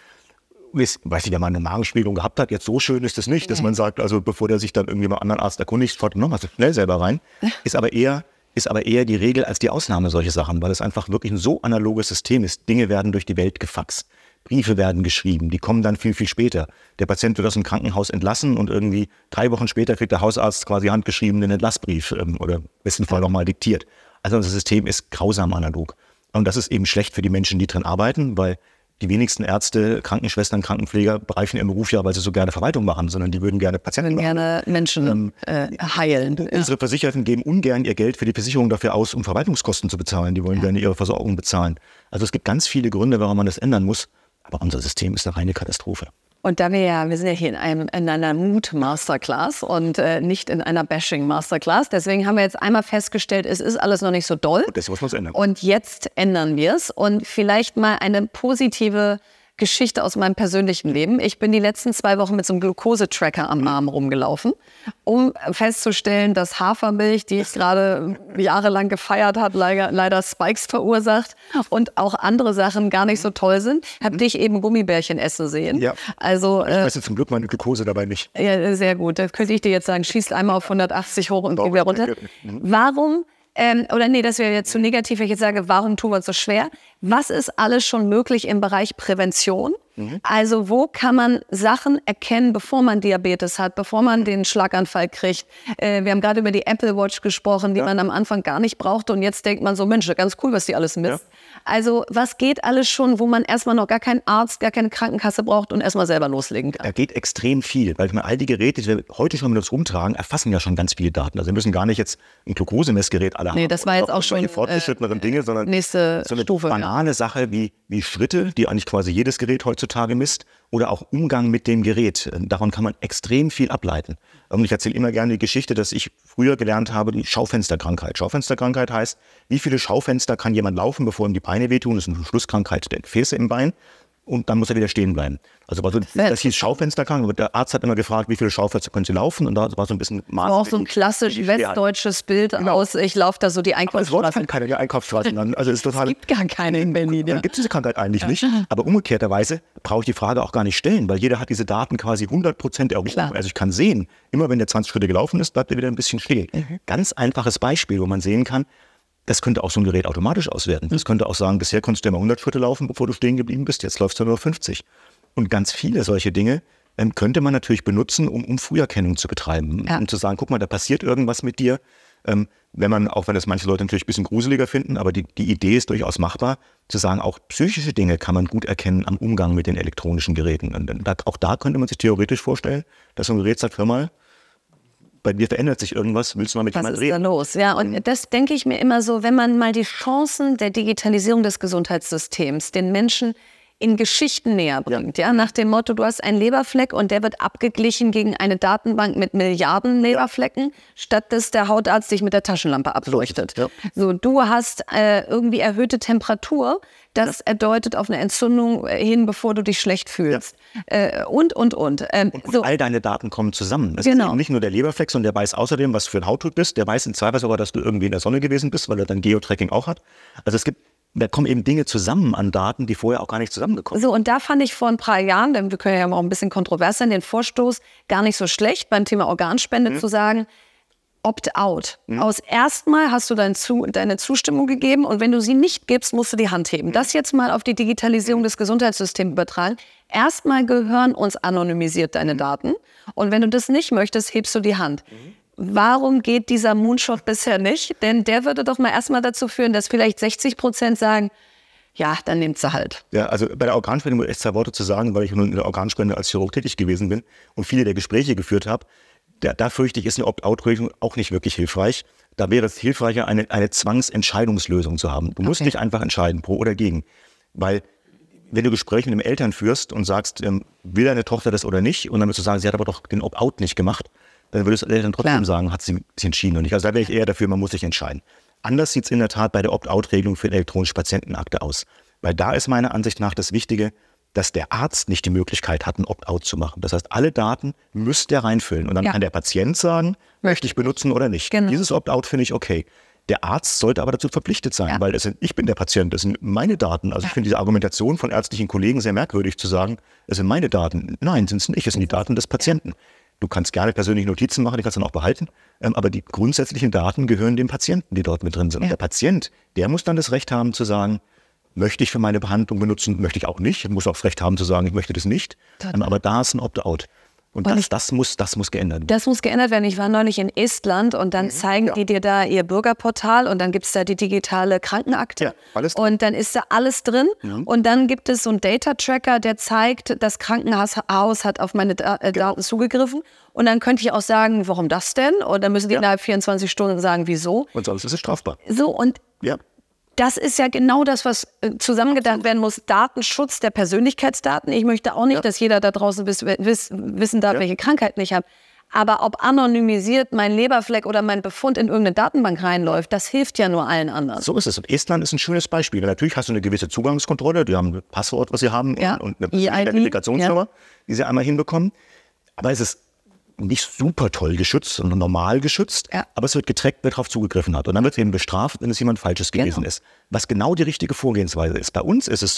Ich weiß nicht, wer mal eine Magenspiegelung gehabt hat, jetzt so schön ist es nicht, dass man sagt, also bevor der sich dann irgendwie mal anderen Arzt erkundigt, fährt er nochmal so schnell selber rein. Ist aber eher... ist aber eher die Regel als die Ausnahme solche Sachen, weil es einfach wirklich ein so analoges System ist. Dinge werden durch die Welt gefaxt, Briefe werden geschrieben, die kommen dann viel, viel später. Der Patient wird aus dem Krankenhaus entlassen und irgendwie drei Wochen später kriegt der Hausarzt quasi handgeschrieben den Entlassbrief ähm, oder im besten Fall nochmal diktiert. Also unser System ist grausam analog. Und das ist eben schlecht für die Menschen, die drin arbeiten, weil die wenigsten Ärzte, Krankenschwestern, Krankenpfleger bereichen ihren Beruf ja, weil sie so gerne Verwaltung machen, sondern die würden gerne Patienten machen. Gerne Menschen ähm, äh, heilen. Ja. Unsere Versicherten geben ungern ihr Geld für die Versicherung dafür aus, um Verwaltungskosten zu bezahlen. Die wollen ja. gerne ihre Versorgung bezahlen. Also es gibt ganz viele Gründe, warum man das ändern muss. Aber unser System ist eine reine Katastrophe. Und da wir ja, wir sind ja hier in, einem, in einer Mut-Masterclass und äh, nicht in einer Bashing-Masterclass. Deswegen haben wir jetzt einmal festgestellt, es ist alles noch nicht so doll. Und das muss man ändern. Und jetzt ändern wir es. Und vielleicht mal eine positive Geschichte aus meinem persönlichen Leben. Ich bin die letzten zwei Wochen mit so einem Glukosetracker am Arm rumgelaufen, um festzustellen, dass Hafermilch, die ich gerade jahrelang gefeiert hat, leider, leider Spikes verursacht und auch andere Sachen gar nicht so toll sind. Hab dich eben Gummibärchen essen sehen. Ja. Also, ich weiß jetzt zum Glück meine Glukose dabei nicht. Ja, sehr gut. Das könnte ich dir jetzt sagen. Schießt einmal auf hundertachtzig hoch und geh wieder runter. Warum? Ähm, oder nee, das wäre jetzt zu negativ, wenn ich jetzt sage, warum tun wir uns so schwer? Was ist alles schon möglich im Bereich Prävention? Mhm. Also wo kann man Sachen erkennen, bevor man Diabetes hat, bevor man den Schlaganfall kriegt? Äh, wir haben gerade über die Apple Watch gesprochen, die ja. man am Anfang gar nicht brauchte und jetzt denkt man so, Mensch, ganz cool, was die alles misst. Ja. Also was geht alles schon, wo man erstmal noch gar keinen Arzt, gar keine Krankenkasse braucht und erstmal selber loslegen kann? Da geht extrem viel, weil ich meine, all die Geräte, die wir heute schon mit uns rumtragen, erfassen ja schon ganz viele Daten. Also wir müssen gar nicht jetzt ein Glukosemessgerät alle haben. Nee, das war jetzt auch schon fortgeschritteneren äh, Dinge, sondern nächste so eine Stufe, banale ja. Sache wie, wie Schritte, die eigentlich quasi jedes Gerät heutzutage misst, oder auch Umgang mit dem Gerät. Davon kann man extrem viel ableiten. Und ich erzähle immer gerne die Geschichte, dass ich früher gelernt habe, die Schaufensterkrankheit. Schaufensterkrankheit heißt, wie viele Schaufenster kann jemand laufen, bevor ihm die Beine wehtun? Das ist eine Schlusskrankheit der Gefäße im Bein. Und dann muss er wieder stehen bleiben. Also war so, das hieß Schaufensterkrankheit. Der Arzt hat immer gefragt, wie viele Schaufenster können Sie laufen? Und da war so ein bisschen Maß. Das war auch so ein klassisch westdeutsches Bild genau. aus, ich laufe da so die Einkaufsstraße. Aber es gibt keine die Einkaufsstraßen. Also ist total, es gibt gar keine in Berlin. Ja. Dann gibt es diese Krankheit eigentlich nicht. Aber umgekehrterweise brauche ich die Frage auch gar nicht stellen, weil jeder hat diese Daten quasi hundert Prozent erhoben. Also ich kann sehen, immer wenn der zwanzig Schritte gelaufen ist, bleibt er wieder ein bisschen stehen. Mhm. Ganz einfaches Beispiel, wo man sehen kann, das könnte auch so ein Gerät automatisch auswerten. Das könnte auch sagen, bisher konntest du immer hundert Schritte laufen, bevor du stehen geblieben bist, jetzt läufst du nur fünfzig. Und ganz viele solche Dinge ähm, könnte man natürlich benutzen, um, um Früherkennung zu betreiben. Ja. Um zu sagen, guck mal, da passiert irgendwas mit dir. Ähm, wenn man, auch wenn das manche Leute natürlich ein bisschen gruseliger finden, aber die, die Idee ist durchaus machbar, zu sagen, auch psychische Dinge kann man gut erkennen am Umgang mit den elektronischen Geräten. Und da, auch da könnte man sich theoretisch vorstellen, dass so ein Gerät sagt, hör mal, bei dir verändert sich irgendwas, willst du mal mit jemandem reden? Was ist da los? Ja, und das denke ich mir immer so, wenn man mal die Chancen der Digitalisierung des Gesundheitssystems den Menschen in Geschichten näher bringt, ja. ja, nach dem Motto, du hast einen Leberfleck und der wird abgeglichen gegen eine Datenbank mit Milliarden Leberflecken, statt dass der Hautarzt dich mit der Taschenlampe ableuchtet. Ja. So, du hast äh, irgendwie erhöhte Temperatur, das ja. deutet auf eine Entzündung hin, bevor du dich schlecht fühlst. Ja. Äh, und, und, und. Ähm, und, und so. all deine Daten kommen zusammen. Es genau. ist eben nicht nur der Leberfleck, sondern der weiß außerdem, was für ein Hauttyp bist. Der weiß im Zweifel sogar, dass du irgendwie in der Sonne gewesen bist, weil er dann Geotracking auch hat. Also es gibt Da kommen eben Dinge zusammen an Daten, die vorher auch gar nicht zusammengekommen sind. So, und da fand ich vor ein paar Jahren, denn wir können ja auch ein bisschen kontrovers sein, den Vorstoß gar nicht so schlecht beim Thema Organspende mhm. zu sagen, Opt-out. Mhm. Aus erstmal hast du dein Zu- deine Zustimmung gegeben und wenn du sie nicht gibst, musst du die Hand heben. Mhm. Das jetzt mal auf die Digitalisierung mhm. des Gesundheitssystems übertragen. Erstmal gehören uns anonymisiert deine mhm. Daten und wenn du das nicht möchtest, hebst du die Hand. Mhm. Warum geht dieser Moonshot bisher nicht? Denn der würde doch mal erstmal dazu führen, dass vielleicht sechzig Prozent sagen, ja, dann nehmt sie halt. Ja, also bei der Organspende muss ich echt zwei Worte zu sagen, weil ich nun in der Organspende als Chirurg tätig gewesen bin und viele der Gespräche geführt habe. Da, da fürchte ich, ist eine Opt-out-Regelung auch nicht wirklich hilfreich. Da wäre es hilfreicher, eine, eine Zwangsentscheidungslösung zu haben. Du musst okay. dich einfach entscheiden, pro oder gegen. Weil wenn du Gespräche mit dem Eltern führst und sagst, ähm, will deine Tochter das oder nicht, und dann würdest du sagen, sie hat aber doch den Opt-out nicht gemacht, dann würdest du Eltern trotzdem Klar. sagen, hat sie sich entschieden oder nicht. Also da wäre ich eher dafür, man muss sich entscheiden. Anders sieht es in der Tat bei der Opt-out-Regelung für elektronische Patientenakte aus. Weil da ist meiner Ansicht nach das Wichtige, dass der Arzt nicht die Möglichkeit hat, ein Opt-out zu machen. Das heißt, alle Daten müsste er reinfüllen. Und dann ja. kann der Patient sagen, möchte ich benutzen oder nicht. Genau. Dieses Opt-out finde ich okay. Der Arzt sollte aber dazu verpflichtet sein, ja. weil das sind, ich bin der Patient, das sind meine Daten. Also ja. ich finde diese Argumentation von ärztlichen Kollegen sehr merkwürdig zu sagen, es sind meine Daten. Nein, sind es nicht, es sind die Daten des Patienten. Ja. Du kannst gerne persönliche Notizen machen, die kannst du dann auch behalten. Ähm, aber die grundsätzlichen Daten gehören dem Patienten, die dort mit drin sind. Ja. Und der Patient, der muss dann das Recht haben zu sagen, möchte ich für meine Behandlung benutzen, möchte ich auch nicht. Ich muss auch das Recht haben zu sagen, ich möchte das nicht. Ähm, aber da ist ein Opt-out. Und, und das, ich, das, muss, das muss geändert werden. Das muss geändert werden. Ich war neulich in Estland und dann mhm. zeigen ja. die dir da ihr Bürgerportal und dann gibt es da die digitale Krankenakte. Ja, alles drin. Und dann ist da alles drin. Mhm. Und dann gibt es so einen Data-Tracker, der zeigt, das Krankenhaus hat auf meine da- äh, Daten genau. zugegriffen. Und dann könnte ich auch sagen, warum das denn? Und dann müssen die ja. innerhalb vierundzwanzig Stunden sagen, wieso. Und sonst ist es strafbar. So, und ja. das ist ja genau das, was zusammengedacht werden muss. Datenschutz der Persönlichkeitsdaten. Ich möchte auch nicht, ja. dass jeder da draußen wiss, wiss, wissen darf, ja. welche Krankheiten ich habe. Aber ob anonymisiert mein Leberfleck oder mein Befund in irgendeine Datenbank reinläuft, das hilft ja nur allen anderen. So ist es. Und Estland ist ein schönes Beispiel. Natürlich hast du eine gewisse Zugangskontrolle. Die haben ein Passwort, was sie haben, ja. und eine Identifikationsnummer, ja. die sie einmal hinbekommen. Aber es ist nicht super toll geschützt, sondern normal geschützt, ja. aber es wird getrackt, wer darauf zugegriffen hat. Und dann wird eben bestraft, wenn es jemand Falsches gewesen genau. ist. Was genau die richtige Vorgehensweise ist. Bei uns ist es so,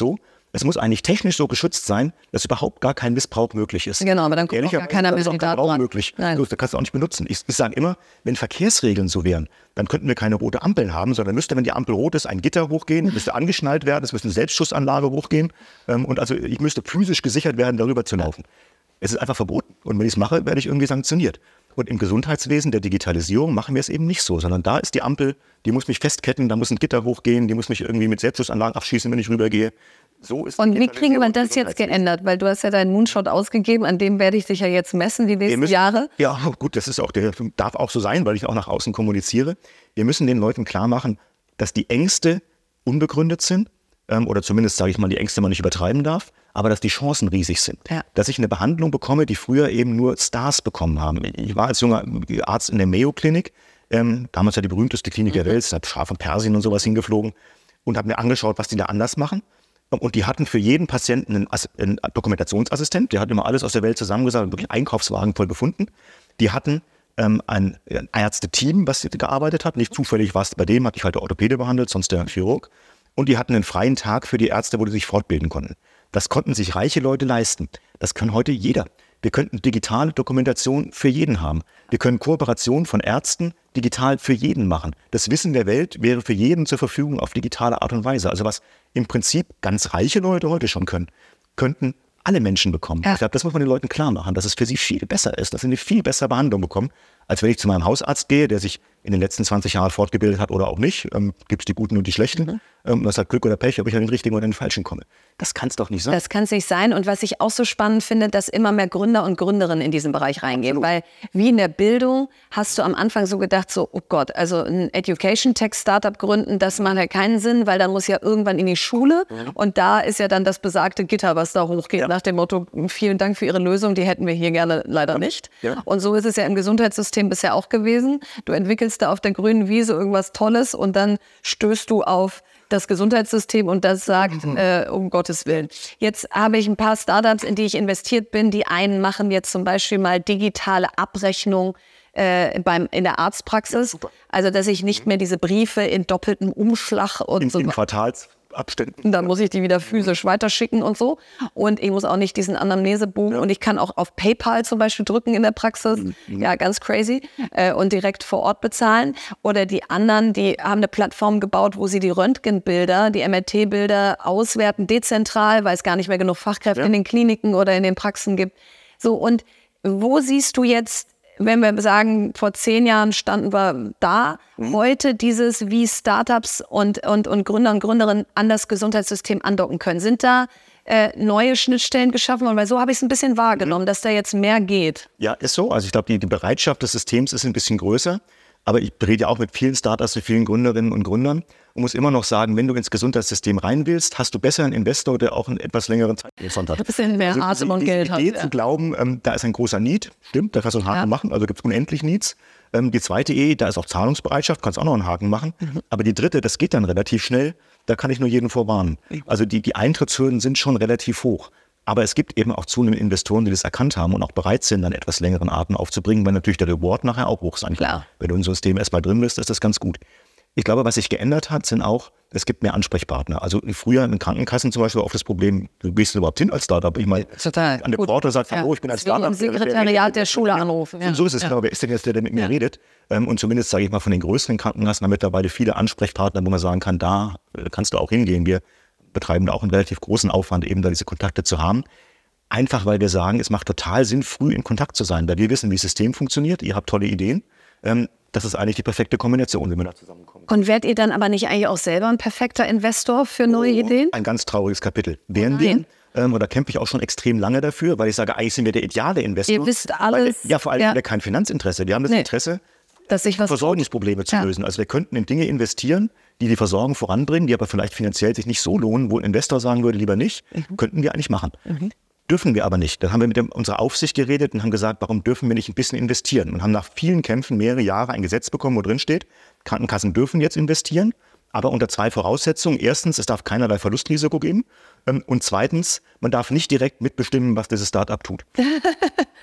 Es muss eigentlich technisch so geschützt sein, dass überhaupt gar kein Missbrauch möglich ist. Genau, aber dann guckt auch gar keiner mehr die Daten dran. Möglich. Nein. So, das kannst du auch nicht benutzen. Ich, ich sage immer, wenn Verkehrsregeln so wären, dann könnten wir keine rote Ampeln haben, sondern müsste, wenn die Ampel rot ist, ein Gitter hochgehen, müsste angeschnallt werden, es müsste eine Selbstschussanlage hochgehen ähm, und also ich müsste physisch gesichert werden, darüber zu laufen. Es ist einfach verboten und wenn ich es mache, werde ich irgendwie sanktioniert. Und im Gesundheitswesen, der Digitalisierung, machen wir es eben nicht so, sondern da ist die Ampel, die muss mich festketten, da muss ein Gitter hochgehen, die muss mich irgendwie mit Selbstschussanlagen abschießen, wenn ich rübergehe. So ist und wie kriegen wir das jetzt geändert? Weil du hast ja deinen Moonshot ausgegeben, an dem werde ich dich ja jetzt messen die nächsten müssen, Jahre. Ja, gut, das ist auch, der darf auch so sein, weil ich auch nach außen kommuniziere. Wir müssen den Leuten klar machen, dass die Ängste unbegründet sind ähm, oder zumindest, sage ich mal, die Ängste man nicht übertreiben darf, aber dass die Chancen riesig sind. Ja. Dass ich eine Behandlung bekomme, die früher eben nur Stars bekommen haben. Ich war als junger Arzt in der Mayo-Klinik, ähm, damals ja die berühmteste Klinik mhm. der Welt, da hat Schaf von Persien und sowas hingeflogen und habe mir angeschaut, was die da anders machen. Und die hatten für jeden Patienten einen, einen Dokumentationsassistent, der hat immer alles aus der Welt zusammengesagt und wirklich Einkaufswagen voll befunden. Die hatten ähm, ein, ein Ärzteteam, was gearbeitet hat. Nicht zufällig war es bei dem, hatte ich halt der Orthopäde behandelt, sonst der Chirurg. Und die hatten einen freien Tag für die Ärzte, wo die sich fortbilden konnten. Das konnten sich reiche Leute leisten. Das kann heute jeder. Wir könnten digitale Dokumentation für jeden haben. Wir können Kooperation von Ärzten digital für jeden machen. Das Wissen der Welt wäre für jeden zur Verfügung auf digitale Art und Weise. Also was im Prinzip ganz reiche Leute heute schon können, könnten alle Menschen bekommen. Ja. Ich glaube, das muss man den Leuten klar machen, dass es für sie viel besser ist, dass sie eine viel bessere Behandlung bekommen, als wenn ich zu meinem Hausarzt gehe, der sich in den letzten zwanzig Jahren fortgebildet hat oder auch nicht. Ähm, gibt es die Guten und die Schlechten. Mhm. Ähm, das hat Glück oder Pech, ob ich an den richtigen oder den falschen komme. Das kann es doch nicht sein. Das kann es nicht sein. Und was ich auch so spannend finde, dass immer mehr Gründer und Gründerinnen in diesen Bereich reingehen. Absolut. Weil wie in der Bildung hast du am Anfang so gedacht, so, oh Gott, also ein Education-Tech-Startup gründen, das macht ja keinen Sinn, weil dann muss ja irgendwann in die Schule. Mhm. Und da ist ja dann das besagte Gitter, was da hochgeht, ja. nach dem Motto, vielen Dank für Ihre Lösung, die hätten wir hier gerne leider nicht. Ja. Und so ist es ja im Gesundheitssystem bisher auch gewesen. Du entwickelst da auf der grünen Wiese irgendwas Tolles und dann stößt du auf das Gesundheitssystem und das sagt, mhm. äh, um Gottes Willen. Jetzt habe ich ein paar Startups, in die ich investiert bin. Die einen machen jetzt zum Beispiel mal digitale Abrechnung äh, beim, in der Arztpraxis. Ja, also, dass ich nicht mehr diese Briefe in doppeltem Umschlag und in, so. In Quartals. Abständen. Dann muss ich die wieder physisch weiterschicken und so. Und ich muss auch nicht diesen Anamnesebogen. Ja. Und ich kann auch auf PayPal zum Beispiel drücken in der Praxis. Mhm. Ja, ganz crazy. Äh, und direkt vor Ort bezahlen. Oder die anderen, die haben eine Plattform gebaut, wo sie die Röntgenbilder, die M R T-Bilder auswerten, dezentral, weil es gar nicht mehr genug Fachkräfte ja. in den Kliniken oder in den Praxen gibt. So, und wo siehst du jetzt, wenn wir sagen, vor zehn Jahren standen wir da, mhm. heute dieses, wie Startups und, und, und Gründer und Gründerinnen an das Gesundheitssystem andocken können? Sind da äh, neue Schnittstellen geschaffen worden? Weil so habe ich es ein bisschen wahrgenommen, mhm. dass da jetzt mehr geht. Ja, ist so. Also ich glaube, die, die Bereitschaft des Systems ist ein bisschen größer. Aber ich rede ja auch mit vielen Startups, mit vielen Gründerinnen und Gründern und muss immer noch sagen, wenn du ins Gesundheitssystem rein willst, hast du besser einen Investor, der auch einen etwas längeren Zeithorizont hat. Ein bisschen mehr Atem also, und Geld hat. Die Idee ja. zu glauben, ähm, da ist ein großer Need, stimmt, da kannst du einen Haken ja. machen, also gibt es unendlich Needs. Ähm, die zweite Idee, da ist auch Zahlungsbereitschaft, kannst auch noch einen Haken machen. Mhm. Aber die dritte, das geht dann relativ schnell, da kann ich nur jeden vorwarnen. Also die, die Eintrittshürden sind schon relativ hoch. Aber es gibt eben auch zunehmend Investoren, die das erkannt haben und auch bereit sind, dann etwas längeren Atem aufzubringen, weil natürlich der Reward nachher auch hoch sein kann. Klar. Wenn du in so einem System erstmal drin bist, ist das ganz gut. Ich glaube, was sich geändert hat, sind auch, es gibt mehr Ansprechpartner. Also früher in Krankenkassen zum Beispiel auch das Problem, du gehst überhaupt hin als Startup. Ich meine, total. An der Pforte sagt, hallo, ja. ich bin als Startup. Im Sekretariat der Schule anrufen. Ja. Und so ist es, ja. genau. Wer ist denn jetzt der, der mit mir ja. redet? Und zumindest, sage ich mal, von den größeren Krankenkassen haben mittlerweile viele Ansprechpartner, wo man sagen kann, da kannst du auch hingehen. Wir betreiben da auch einen relativ großen Aufwand, eben da diese Kontakte zu haben. Einfach, weil wir sagen, es macht total Sinn, früh in Kontakt zu sein, weil wir wissen, wie das System funktioniert. Ihr habt tolle Ideen. Ähm, das ist eigentlich die perfekte Kombination, wenn wir da zusammenkommen. Und werdet ihr dann aber nicht eigentlich auch selber ein perfekter Investor für neue oh, Ideen? Ein ganz trauriges Kapitel. Wären wir, ähm, und da kämpfe ich auch schon extrem lange dafür, weil ich sage, eigentlich sind wir der ideale Investor. Ihr wisst alles. Weil, ja, vor allem ja. haben wir kein Finanzinteresse. Wir haben das nee. Interesse, dass sich was Versorgungsprobleme tut. zu ja. lösen. Also wir könnten in Dinge investieren, die die Versorgung voranbringen, die aber vielleicht finanziell sich nicht so lohnen, wo ein Investor sagen würde, lieber nicht, mhm. könnten wir eigentlich machen. Mhm. Dürfen wir aber nicht. Dann haben wir mit dem, unserer Aufsicht geredet und haben gesagt, warum dürfen wir nicht ein bisschen investieren? Und haben nach vielen Kämpfen mehrere Jahre ein Gesetz bekommen, wo drin steht, Krankenkassen dürfen jetzt investieren, aber unter zwei Voraussetzungen. Erstens, es darf keinerlei Verlustrisiko geben. Und zweitens, man darf nicht direkt mitbestimmen, was dieses Start-up tut.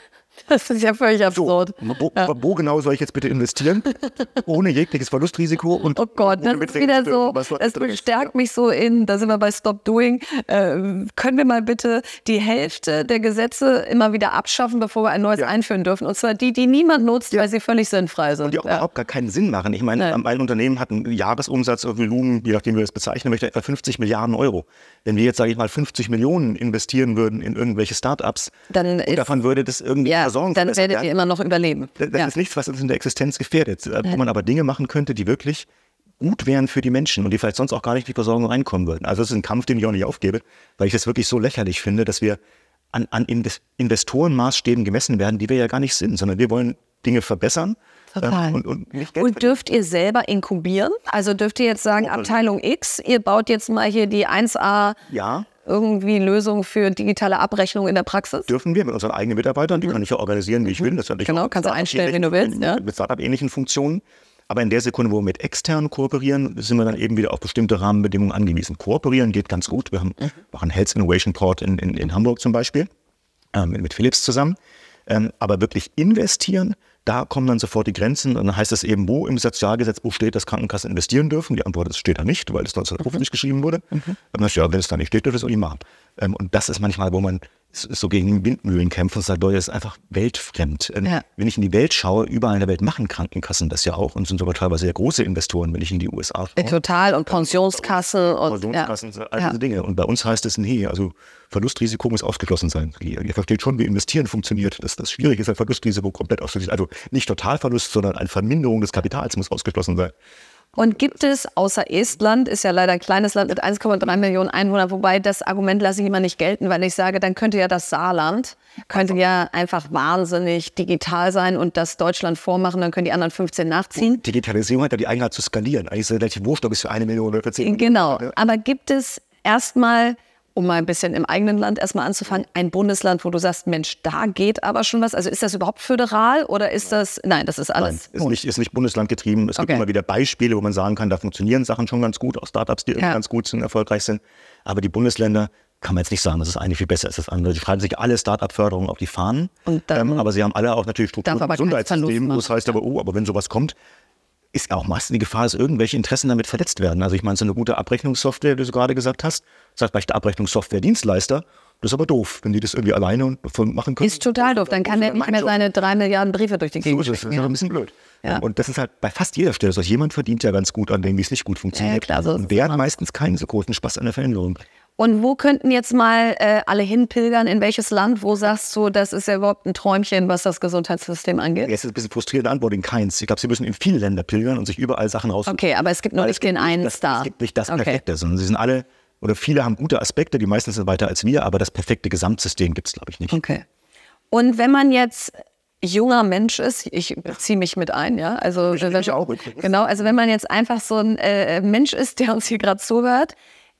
Das ist ja völlig absurd. So, wo, ja. wo genau soll ich jetzt bitte investieren? Ohne jegliches Verlustrisiko. Und oh Gott, das ist wieder so, das bestärkt mich so in, da sind wir bei Stop Doing, äh, können wir mal bitte die Hälfte der Gesetze immer wieder abschaffen, bevor wir ein neues ja. einführen dürfen. Und zwar die, die niemand nutzt, ja. weil sie völlig sinnfrei sind. Und die auch ja. überhaupt gar keinen Sinn machen. Ich meine, Nein. mein Unternehmen hat einen Jahresumsatz, Volumen, je nachdem wir das bezeichnen möchten, etwa fünfzig Milliarden Euro. Wenn wir jetzt, sage ich mal, fünfzig Millionen investieren würden in irgendwelche Startups, dann und davon würde das irgendwie ja, versorgen. Dann werdet ihr immer noch überleben. Das, das ja. ist nichts, was uns in der Existenz gefährdet. Wo man aber Dinge machen könnte, die wirklich gut wären für die Menschen und die vielleicht sonst auch gar nicht in die Versorgung reinkommen würden. Also das ist ein Kampf, den ich auch nicht aufgebe, weil ich das wirklich so lächerlich finde, dass wir an, an Investorenmaßstäben gemessen werden, die wir ja gar nicht sind, sondern wir wollen Dinge verbessern. Total. Und, und, und dürft ihr selber inkubieren? Also dürft ihr jetzt sagen, oh, Abteilung X, ihr baut jetzt mal hier die eins A ja. irgendwie Lösung für digitale Abrechnung in der Praxis? Dürfen wir mit unseren eigenen Mitarbeitern, die kann ich ja organisieren, wie ich will. Das genau, kannst du einstellen, wenn du willst. Ja. Mit Startup-ähnlichen Funktionen. Aber in der Sekunde, wo wir mit externen kooperieren, sind wir dann eben wieder auf bestimmte Rahmenbedingungen angewiesen. Kooperieren geht ganz gut. Wir haben mhm. machen Health Innovation Port in, in, in Hamburg zum Beispiel, ähm, mit Philips zusammen. Ähm, aber wirklich investieren, da kommen dann sofort die Grenzen. Und dann heißt es eben, wo im Sozialgesetzbuch steht, dass Krankenkassen investieren dürfen. Die Antwort ist, steht da nicht, weil es neunzehnhundertfünfzig mhm. geschrieben wurde. Mhm. Dann heißt, ja, wenn es da nicht steht, dürfen wir es auch nicht machen. Ähm, und das ist manchmal, wo man so gegen Windmühlen kämpft und sagt, Leute, das ist einfach weltfremd. Ähm, ja. Wenn ich in die Welt schaue, überall in der Welt machen Krankenkassen das ja auch und sind sogar teilweise sehr große Investoren, wenn ich in die U S A schaue. Total, und Pensionskassen. Und, Pensionskassen, ja. all diese ja. Dinge. Und bei uns heißt es, nee, also Verlustrisiko muss ausgeschlossen sein. Ihr, ihr versteht schon, wie Investieren funktioniert. Dass das schwierig ist, ein Verlustrisiko komplett auszuschließen. Also nicht Totalverlust, sondern eine Verminderung des Kapitals muss ausgeschlossen sein. Und gibt es, außer Estland, ist ja leider ein kleines Land mit eins Komma drei Millionen Einwohnern, wobei das Argument lasse ich immer nicht gelten, weil ich sage, dann könnte ja das Saarland, könnte ja einfach wahnsinnig digital sein und das Deutschland vormachen, dann können die anderen fünfzehn nachziehen. Digitalisierung hat ja die Eigenheit zu skalieren. Eigentlich ist es relativ wurscht, ob es für eine Million oder für zehn Millionen. Genau, aber gibt es erstmal, um mal ein bisschen im eigenen Land erstmal anzufangen, ein Bundesland, wo du sagst, Mensch, da geht aber schon was. Also ist das überhaupt föderal oder ist das, nein, das ist alles. Nein, ist nicht, ist nicht bundeslandgetrieben. Es gibt okay. immer wieder Beispiele, wo man sagen kann, da funktionieren Sachen schon ganz gut, auch Startups, die ja. ganz gut sind, erfolgreich sind. Aber die Bundesländer kann man jetzt nicht sagen, dass das eine viel besser ist als das andere. Die schreiben sich alle Start-up-Förderungen auf die Fahnen, dann, ähm, aber sie haben alle auch natürlich Strukturen im Gesundheitssystem, wo es heißt aber, oh, aber wenn sowas kommt, ist auch meistens die Gefahr, dass irgendwelche Interessen damit verletzt werden. Also ich meine, so eine gute Abrechnungssoftware, wie du gerade gesagt hast, sagt vielleicht der Abrechnungssoftware-Dienstleister, das ist aber doof, wenn die das irgendwie alleine machen können. Ist total doof, dann kann der nicht mehr seine drei Milliarden Briefe durch die Gegend schicken. So ist es, das ist ja ein bisschen blöd. Ja. Und das ist halt bei fast jeder Stelle so. Jemand verdient ja ganz gut an dem, wie es nicht gut funktioniert. Ja, klar, so und der hat meistens keinen so großen Spaß an der Veränderung. Und wo könnten jetzt mal äh, alle hinpilgern? In welches Land? Wo sagst du, das ist ja überhaupt ein Träumchen, was das Gesundheitssystem angeht? Jetzt ist ein bisschen frustrierende Antwort in keins. Ich glaube, sie müssen in viele Länder pilgern und sich überall Sachen raussuchen. Okay, aber es gibt nur nicht den einen das, Star. Es gibt nicht das okay. Perfekte, sondern sie sind alle, oder viele haben gute Aspekte, die meisten sind weiter als wir, aber das perfekte Gesamtsystem gibt es, glaube ich, nicht. Okay. Und wenn man jetzt junger Mensch ist, ich ziehe mich mit ein, ja, also ich wenn, auch genau, also wenn man jetzt einfach so ein äh, Mensch ist, der uns hier gerade zuhört,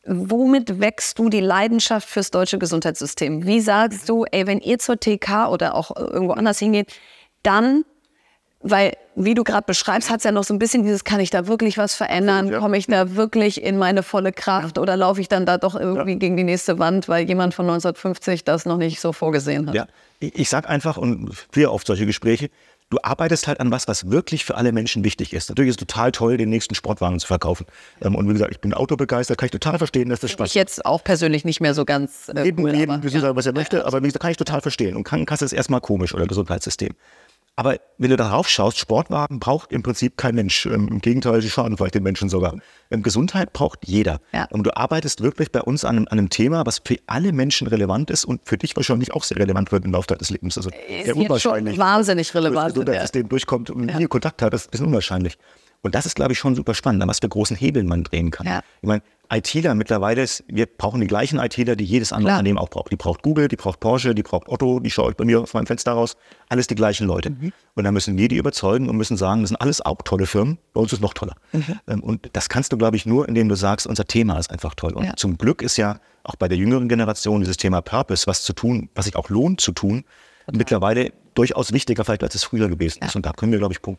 womit wächst du die Leidenschaft fürs deutsche Gesundheitssystem? Wie sagst du, ey, wenn ihr zur T K oder auch irgendwo anders hingeht, dann, weil, wie du gerade beschreibst, hat es ja noch so ein bisschen dieses, kann ich da wirklich was verändern? Ja. Komme ich da wirklich in meine volle Kraft? Ja. Oder laufe ich dann da doch irgendwie ja. gegen die nächste Wand, weil jemand von neunzehnhundertfünfzig das noch nicht so vorgesehen hat? Ja, ich sag einfach, und früher oft solche Gespräche, du arbeitest halt an was, was wirklich für alle Menschen wichtig ist. Natürlich ist es total toll, den nächsten Sportwagen zu verkaufen. Und wie gesagt, ich bin autobegeistert, kann ich total verstehen, dass das Spaß macht. Ich jetzt auch persönlich nicht mehr so ganz äh, Jeden, cool, jeden aber, ja. sagen, was er möchte, aber wie gesagt, kann ich total verstehen. Und Krankenkasse ist erstmal komisch oder Gesundheitssystem. Aber wenn du darauf schaust, Sportwagen braucht im Prinzip kein Mensch. Im Gegenteil, sie schaden vielleicht den Menschen sogar. Gesundheit braucht jeder. Ja. Und du arbeitest wirklich bei uns an einem, an einem Thema, was für alle Menschen relevant ist und für dich wahrscheinlich auch sehr relevant wird im Laufe deines Lebens. Also ist sehr unwahrscheinlich. Schon wahnsinnig relevant. Wenn das Gesundheitssystem durchkommt und ja. nie Kontakt hat, das ist ein bisschen unwahrscheinlich. Und das ist, glaube ich, schon super spannend, an was für großen Hebeln man drehen kann. Ja. Ich meine, ITler mittlerweile, ist, wir brauchen die gleichen ITler, die jedes andere Klar. Unternehmen auch braucht. Die braucht Google, die braucht Porsche, die braucht Otto, die schaue ich bei mir aus meinem Fenster raus. Alles die gleichen Leute. Mhm. Und da müssen wir die überzeugen und müssen sagen, das sind alles auch tolle Firmen, bei uns ist noch toller. Mhm. Und das kannst du, glaube ich, nur, indem du sagst, unser Thema ist einfach toll. Und ja. zum Glück ist ja auch bei der jüngeren Generation dieses Thema Purpose, was zu tun, was sich auch lohnt zu tun, Total. mittlerweile durchaus wichtiger vielleicht, als es früher gewesen ist. Ja. Und da können wir, glaube ich, punkten.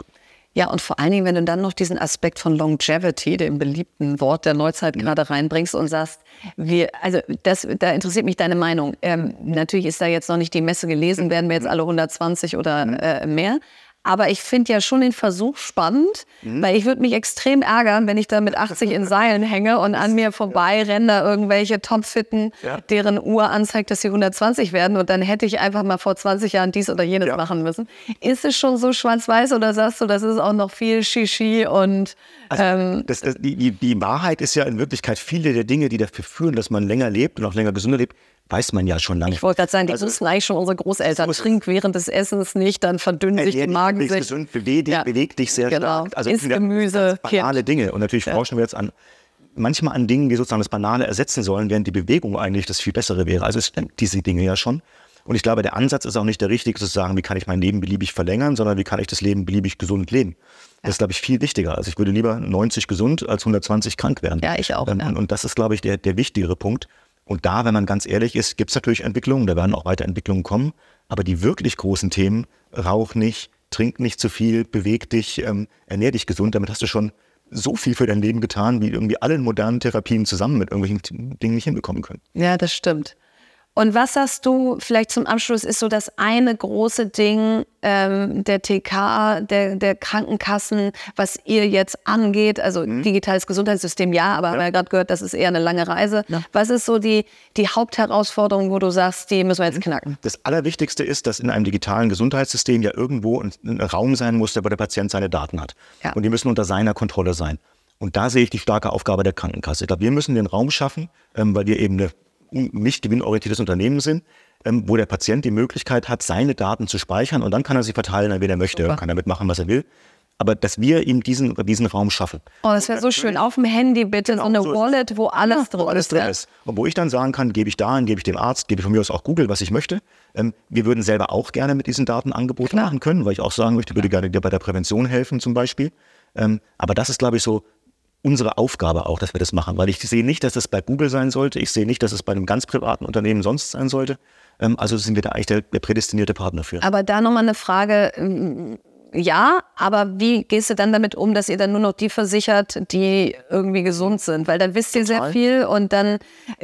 Ja, und vor allen Dingen, wenn du dann noch diesen Aspekt von Longevity, dem beliebten Wort der Neuzeit, mhm. gerade reinbringst und sagst, wir, also das, da interessiert mich deine Meinung. Ähm, natürlich ist da jetzt noch nicht die Messe gelesen, werden wir jetzt alle hundertzwanzig oder mhm. äh, mehr. Aber ich finde ja schon den Versuch spannend, mhm. weil ich würde mich extrem ärgern, wenn ich da mit achtzig in Seilen hänge und an mir vorbei rennen da irgendwelche Topfitten, ja. deren Uhr anzeigt, dass sie hundertzwanzig werden und dann hätte ich einfach mal vor zwanzig Jahren dies oder jenes ja. machen müssen. Ist es schon so schwarz-weiß oder sagst du, das ist auch noch viel Shishi und... Also, ähm, das, das, die, die, die Wahrheit ist ja in Wirklichkeit, viele der Dinge, die dafür führen, dass man länger lebt und auch länger gesünder lebt, weiß man ja schon lange. Ich wollte gerade sagen, die also, wussten eigentlich schon unsere Großeltern. So Trink während des Essens nicht, dann verdünnen sich die Magen. Dich gesund, beweg dich, ja. beweg dich sehr genau. stark. Also Iss Gemüse. Banale Dinge. Und natürlich ja. forschen wir jetzt an manchmal an Dingen, die sozusagen das Banale ersetzen sollen, während die Bewegung eigentlich das viel Bessere wäre. Also es stimmt diese Dinge ja schon. Und ich glaube, der Ansatz ist auch nicht der richtige, zu sagen, wie kann ich mein Leben beliebig verlängern, sondern wie kann ich das Leben beliebig gesund leben. Das ja. ist, glaube ich, viel wichtiger. Also ich würde lieber neunzig gesund als hundertzwanzig krank werden. Ja, ich auch. Ähm, ja. und, und das ist, glaube ich, der, der wichtigere Punkt. Und da, wenn man ganz ehrlich ist, gibt es natürlich Entwicklungen, da werden auch weiter Entwicklungen kommen. Aber die wirklich großen Themen, rauch nicht, trink nicht zu viel, beweg dich, ähm, ernähr dich gesund, damit hast du schon so viel für dein Leben getan, wie irgendwie alle modernen Therapien zusammen mit irgendwelchen Dingen nicht hinbekommen können. Ja, das stimmt. Und was sagst du, vielleicht zum Abschluss, ist so das eine große Ding ähm, der T K, der, der Krankenkassen, was ihr jetzt angeht? Also mhm. digitales Gesundheitssystem, ja, aber ja. haben wir ja gerade gehört, das ist eher eine lange Reise. Ja. Was ist so die, die Hauptherausforderung, wo du sagst, die müssen wir jetzt knacken? Das Allerwichtigste ist, dass in einem digitalen Gesundheitssystem ja irgendwo ein, ein Raum sein muss, wo der Patient seine Daten hat. Ja. Und die müssen unter seiner Kontrolle sein. Und da sehe ich die starke Aufgabe der Krankenkasse. Ich glaube, wir müssen den Raum schaffen, ähm, weil wir eben eine nicht gewinnorientiertes Unternehmen sind, ähm, wo der Patient die Möglichkeit hat, seine Daten zu speichern und dann kann er sie verteilen, wen er möchte, Super. Kann damit machen, was er will. Aber dass wir ihm diesen, diesen Raum schaffen. Oh, das wäre so schön. Auf dem Handy bitte, genau, so eine so Wallet, wo alles ja, drin, wo alles drin ist. Und wo ich dann sagen kann, gebe ich dahin, gebe ich dem Arzt, gebe ich von mir aus auch Google, was ich möchte. Ähm, wir würden selber auch gerne mit diesen Daten Angebote Klar. machen können, weil ich auch sagen möchte, ich würde gerne dir bei der Prävention helfen zum Beispiel. Ähm, aber das ist, glaube ich, so unsere Aufgabe auch, dass wir das machen, weil ich sehe nicht, dass das bei Google sein sollte, ich sehe nicht, dass es bei einem ganz privaten Unternehmen sonst sein sollte, ähm, also sind wir da eigentlich der, der prädestinierte Partner für. Aber da nochmal eine Frage, ja, aber wie gehst du dann damit um, dass ihr dann nur noch die versichert, die irgendwie gesund sind? Weil dann wisst ihr Total. sehr viel und dann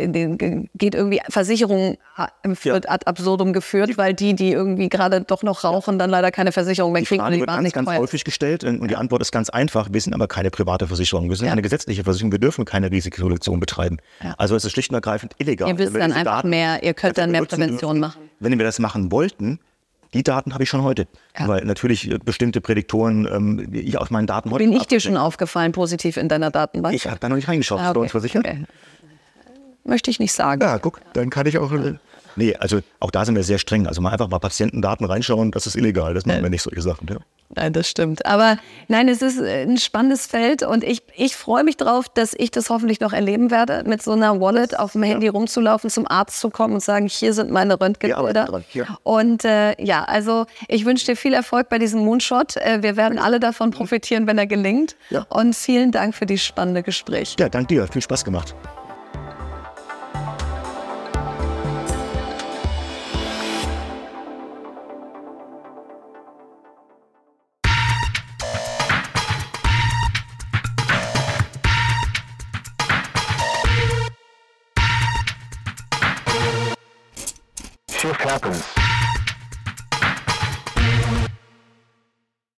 geht irgendwie Versicherung wird ad absurdum geführt, die, weil die, die irgendwie gerade doch noch rauchen, dann leider keine Versicherung mehr kriegen. Die Frage wird ganz, ganz häufig gestellt und die Antwort ist ganz einfach. Wir sind aber keine private Versicherung. Wir sind ja. eine gesetzliche Versicherung. Wir dürfen keine Risikoselektion betreiben. Ja. Also es ist schlicht und ergreifend illegal. Ihr wisst dann einfach Daten mehr, ihr könnt dann mehr Prävention machen. Wenn wir das machen wollten, die Daten habe ich schon heute, ja. weil natürlich bestimmte Prädiktoren ähm, ich aus meinen Daten heute Bin ich dir schon aufgefallen, positiv in deiner Datenbank? Ich habe da noch nicht reingeschaut, ah, okay. Hast du uns versichert? Okay. Möchte ich nicht sagen. Ja, guck, dann kann ich auch... Nee, also auch da sind wir sehr streng. Also mal einfach mal Patientendaten reinschauen, das ist illegal, das machen ja. wir nicht, solche Sachen. Ja. Nein, das stimmt. Aber nein, es ist ein spannendes Feld und ich, ich freue mich drauf, dass ich das hoffentlich noch erleben werde, mit so einer Wallet auf dem Handy ja. rumzulaufen, zum Arzt zu kommen und sagen, hier sind meine Röntgenbilder. Und äh, ja, also ich wünsche dir viel Erfolg bei diesem Moonshot. Äh, wir werden alle davon profitieren, wenn er gelingt. Ja. Und vielen Dank für dieses spannende Gespräch. Ja, danke dir. Viel Spaß gemacht. Shift happens.